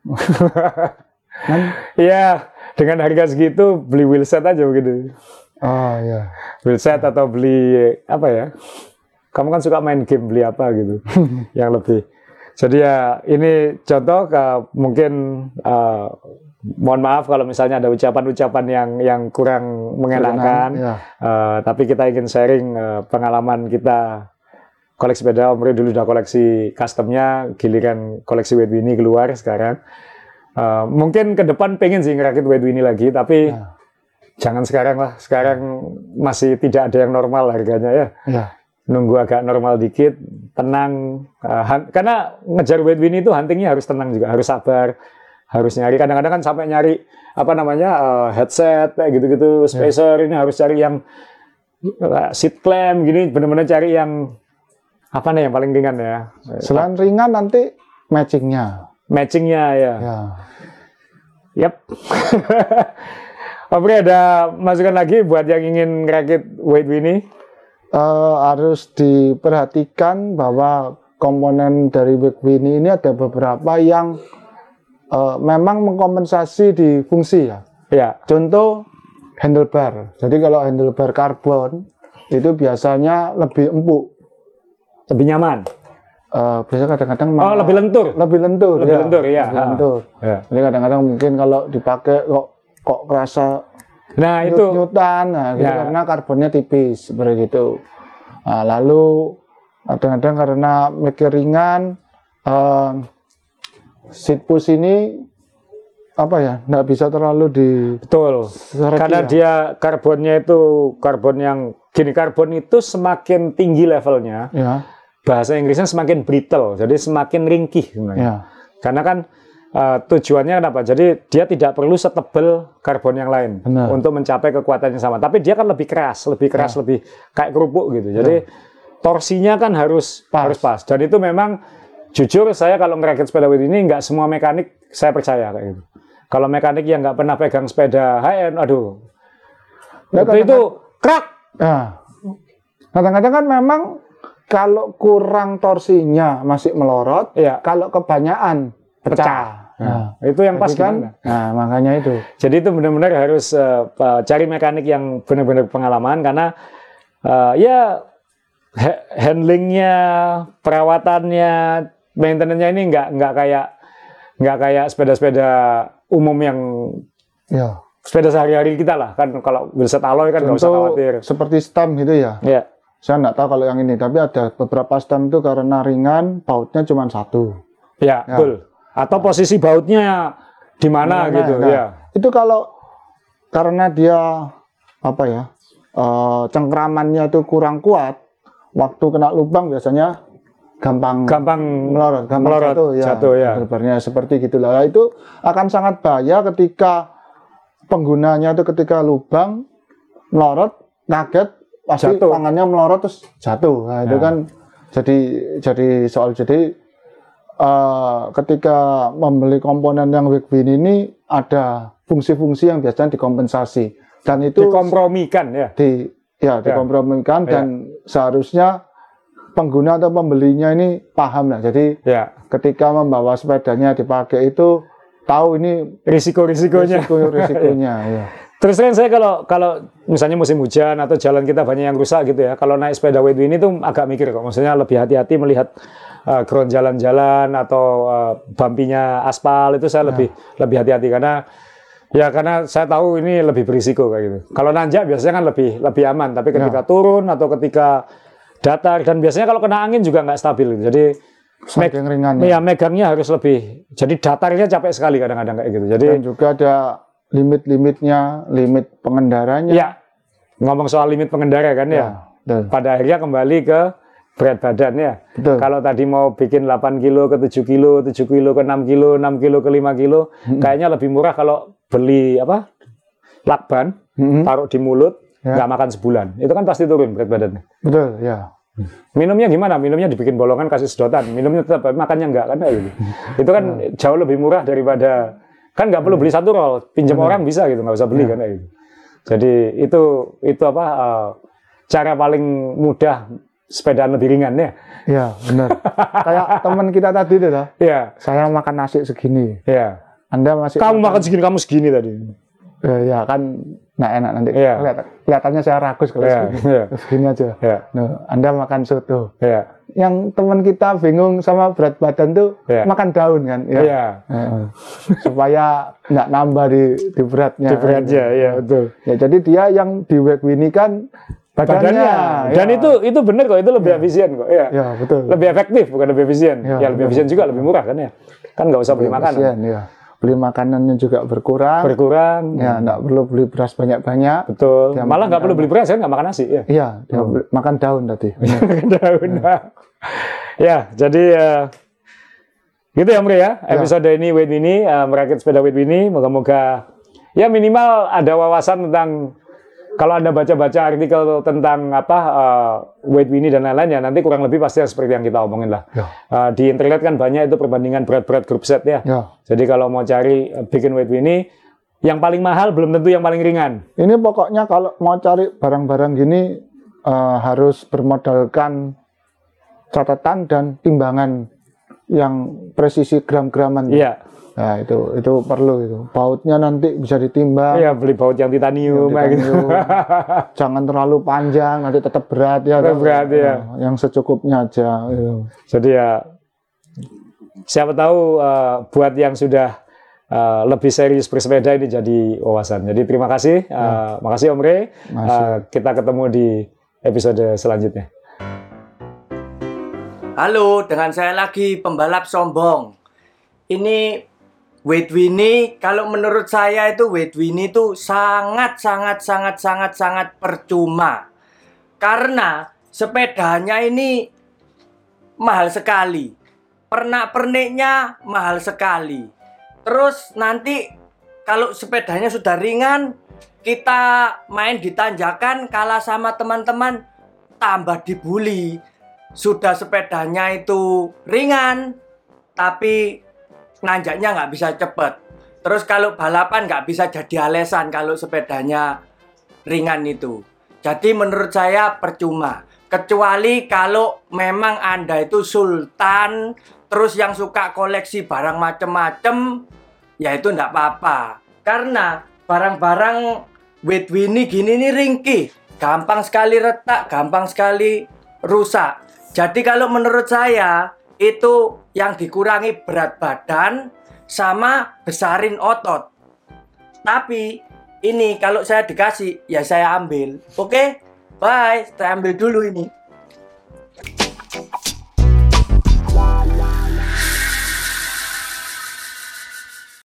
Iya, dengan harga segitu beli wheelset aja begitu. Oh iya. Wheelset atau beli apa ya? Kamu kan suka main game, beli apa gitu yang lebih. Jadi ya ini contoh ke, mungkin uh, mohon maaf kalau misalnya ada ucapan-ucapan yang yang kurang mengenakan. Ya. Uh, tapi kita ingin sharing uh, pengalaman kita koleksi sepeda. Om Ri dulu udah koleksi customnya, giliran koleksi Weight Winnie keluar sekarang. Uh, mungkin ke depan pengen sih ngerakit Weight Winnie lagi, tapi ya. Jangan sekarang lah, sekarang masih tidak ada yang normal harganya ya. Ya. Nunggu agak normal dikit, tenang. Uh, karena ngejar Weight Winnie itu huntingnya harus tenang juga, harus sabar, harus nyari. Kadang-kadang kan sampai nyari apa namanya uh, headset kayak gitu-gitu, spacer ya. Ini harus cari yang uh, seat clamp gini, benar-benar cari yang apa nih yang paling ringan ya. Selain ringan nanti matchingnya, matchingnya ya. Ya. Yap. Oke, ada masukan lagi buat yang ingin ngerakit Weight Winnie? Uh, harus diperhatikan bahwa komponen dari Weight Winnie ini ada beberapa yang uh, memang mengkompensasi di fungsi ya. Ya. Contoh handlebar. Jadi kalau handlebar karbon itu biasanya lebih empuk, lebih nyaman. Uh, biasanya kadang-kadang oh lebih lentur, lebih lentur, lebih ya. lentur ya. Lebih lentur. Ya. Jadi kadang-kadang mungkin kalau dipakai kok kok kerasa nah itu nyutan, nah, gitu, ya. Karena karbonnya tipis seperti itu. Nah, lalu kadang-kadang karena mikir ringan, uh, seat push ini apa ya, nggak bisa terlalu di betul karena ya. Dia karbonnya itu karbon yang gini, karbon itu semakin tinggi levelnya ya. Bahasa Inggrisnya semakin brittle, jadi semakin ringkih sebenarnya ya. Karena kan Uh, tujuannya kenapa? Jadi dia tidak perlu setebal karbon yang lain. Benar. Untuk mencapai kekuatan yang sama. Tapi dia kan lebih keras, lebih keras, ya. Lebih kayak kerupuk gitu. Jadi ya. Torsinya kan harus pas. harus pas. Dan itu memang jujur saya kalau ngerakit sepeda Weight ini nggak semua mekanik saya percaya kayak gitu. Kalau mekanik yang nggak pernah pegang sepeda high end, aduh, nah, itu, itu krak. Nah, kadang-kadang kan memang kalau kurang torsinya masih melorot, ya. Kalau kebanyakan pecah. pecah. Nah, itu yang pas kan? Nah, makanya itu. Jadi itu benar-benar harus uh, cari mekanik yang benar-benar pengalaman karena uh, ya ha- handlingnya, perawatannya, maintenance-nya ini nggak nggak kayak nggak kayak sepeda-sepeda umum yang ya. Sepeda sehari-hari kita lah kan, kalau wheelset alloy kan nggak usah khawatir. Seperti stem gitu ya. Ya. Saya nggak tahu kalau yang ini, tapi ada beberapa stem itu karena ringan, bautnya cuma satu. Ya, ya. Betul. Atau posisi bautnya di mana gitu nah, ya. Itu kalau karena dia apa ya? Uh, cengkramannya itu kurang kuat, waktu kena lubang biasanya gampang gampang melorot, gampang melorot, jatuh ya. Jatuh, ya. Sebenarnya seperti gitulah. Nah, itu akan sangat bahaya ketika penggunanya itu ketika lubang melorot, kaget, pasti jatuh. Tangannya melorot terus jatuh. Nah, itu ya. Kan jadi jadi soal jadi Uh, ketika membeli komponen yang Weight Winnie ini ada fungsi-fungsi yang biasanya dikompensasi dan itu dikompromikan ya di ya dikompromikan ya. Dan ya. Seharusnya pengguna atau pembelinya ini paham lah. Jadi ya. Ketika membawa sepedanya dipakai itu tahu ini risiko-risikonya risiko-risikonya ya. Terus kan saya kalau kalau misalnya musim hujan atau jalan kita banyak yang rusak gitu ya, kalau naik sepeda Weight Winnie itu agak mikir kok, maksudnya lebih hati-hati melihat Uh, ground jalan-jalan atau uh, bumpinya aspal itu saya ya. lebih lebih hati-hati karena ya karena saya tahu ini lebih berisiko kayak gitu. Kalau nanjak biasanya kan lebih lebih aman, tapi ketika ya. turun atau ketika datar, dan biasanya kalau kena angin juga nggak stabil. Jadi saking ringan ya, megangnya harus lebih. Jadi datarnya capek sekali kadang-kadang kayak gitu. Jadi dan juga ada limit-limitnya, limit pengendaranya. Ya, ngomong soal limit pengendara kan ya. ya. Pada akhirnya kembali ke berat badan ya. Betul. Kalau tadi mau bikin delapan kilo ke tujuh kilo, tujuh kilo ke enam kilo, enam kilo ke lima kilo, hmm. kayaknya lebih murah kalau beli apa? Lakban, hmm. taruh di mulut, ya. nggak makan sebulan. Itu kan pasti turun berat badannya. Betul, ya. Minumnya gimana? Minumnya dibikin bolongan, kasih sedotan. Minumnya tetap, makannya enggak kan gitu. Itu kan ya. jauh lebih murah daripada, kan nggak perlu beli satu roll, pinjam orang bisa gitu, nggak usah beli ya. kan gitu. Jadi itu itu apa uh, cara paling mudah sepedaan lebih ringan ya. Iya, benar. Kayak teman kita tadi itu lah. Iya. Saya makan nasi segini. Iya. Anda masih Kamu makan, makan segini, kamu segini tadi. Ya, ya kan nggak enak nanti. Iya. Kelihatan, kelihatannya saya rakus kalau iya. segini. Iya. Segini aja. Iya. Nah, Anda makan soto. Iya. Yang teman kita bingung sama berat badan tuh iya. makan daun kan. Ya. Iya. Nah, supaya nggak nambah di, di beratnya. Di beratnya, kan? Iya betul. Ya, jadi dia yang di weight ini kan badannya, badannya. Dan ya. itu itu benar kok, itu lebih ya. efisien kok ya. Ya betul. Lebih efektif bukan lebih efisien. Ya, ya lebih betul. efisien juga, lebih murah kan ya. Kan nggak usah lebih beli makanan. Efisien, ya. Beli makanannya juga berkurang. Berkurang. Ya nggak perlu beli beras banyak-banyak. Betul. Dia malah nggak perlu beli beras kan, nggak makan nasi ya. Iya. Dia oh. makan daun tadi. Makan daun. Ya. ya jadi uh, gitu ya Mre ya. Episode ya. ini Weight Winnie uh, merakit sepeda Weight Winnie. Moga-moga ya minimal ada wawasan tentang. Kalau Anda baca-baca artikel tentang apa uh, Weight Winnie dan lain-lain ya nanti kurang lebih pasti seperti yang kita omongin lah. Ya. Uh, di internet kan banyak itu perbandingan berat-berat grup set ya. ya. Jadi kalau mau cari uh, bikin Weight Winnie, yang paling mahal belum tentu yang paling ringan. Ini pokoknya kalau mau cari barang-barang gini uh, harus bermodalkan catatan dan timbangan yang presisi gram-graman. Iya. Nah itu itu perlu itu. Bautnya nanti bisa ditimbang. Iya, beli baut yang titanium, yang titanium. Gitu. Jangan terlalu panjang, nanti tetap berat ya. Tetap berat ya. Nah, yang secukupnya aja. Gitu. Jadi ya siapa tahu uh, buat yang sudah uh, lebih serius bersepeda ini jadi wawasan. Jadi terima kasih, uh, ya. Makasih Om Re. Uh, kita ketemu di episode selanjutnya. Halo, dengan saya lagi pembalap sombong. Ini Weight Winnie, kalau menurut saya itu Weight Winnie itu sangat sangat sangat sangat sangat percuma. Karena sepedanya ini mahal sekali. Pernak-perniknya mahal sekali. Terus nanti kalau sepedanya sudah ringan, kita main di tanjakan kalah sama teman-teman, tambah dibully. Sudah sepedanya itu ringan, tapi nanjaknya nggak bisa cepet. Terus kalau balapan nggak bisa jadi alasan kalau sepedanya ringan itu. Jadi menurut saya percuma. Kecuali kalau memang Anda itu sultan, terus yang suka koleksi barang macem-macem, ya itu nggak apa-apa. Karena barang-barang Weight Winnie gini nih ringkih, gampang sekali retak, gampang sekali rusak. Jadi kalau menurut saya itu yang dikurangi berat badan sama besarin otot. Tapi ini kalau saya dikasih ya saya ambil. Oke, bye. Saya ambil dulu ini.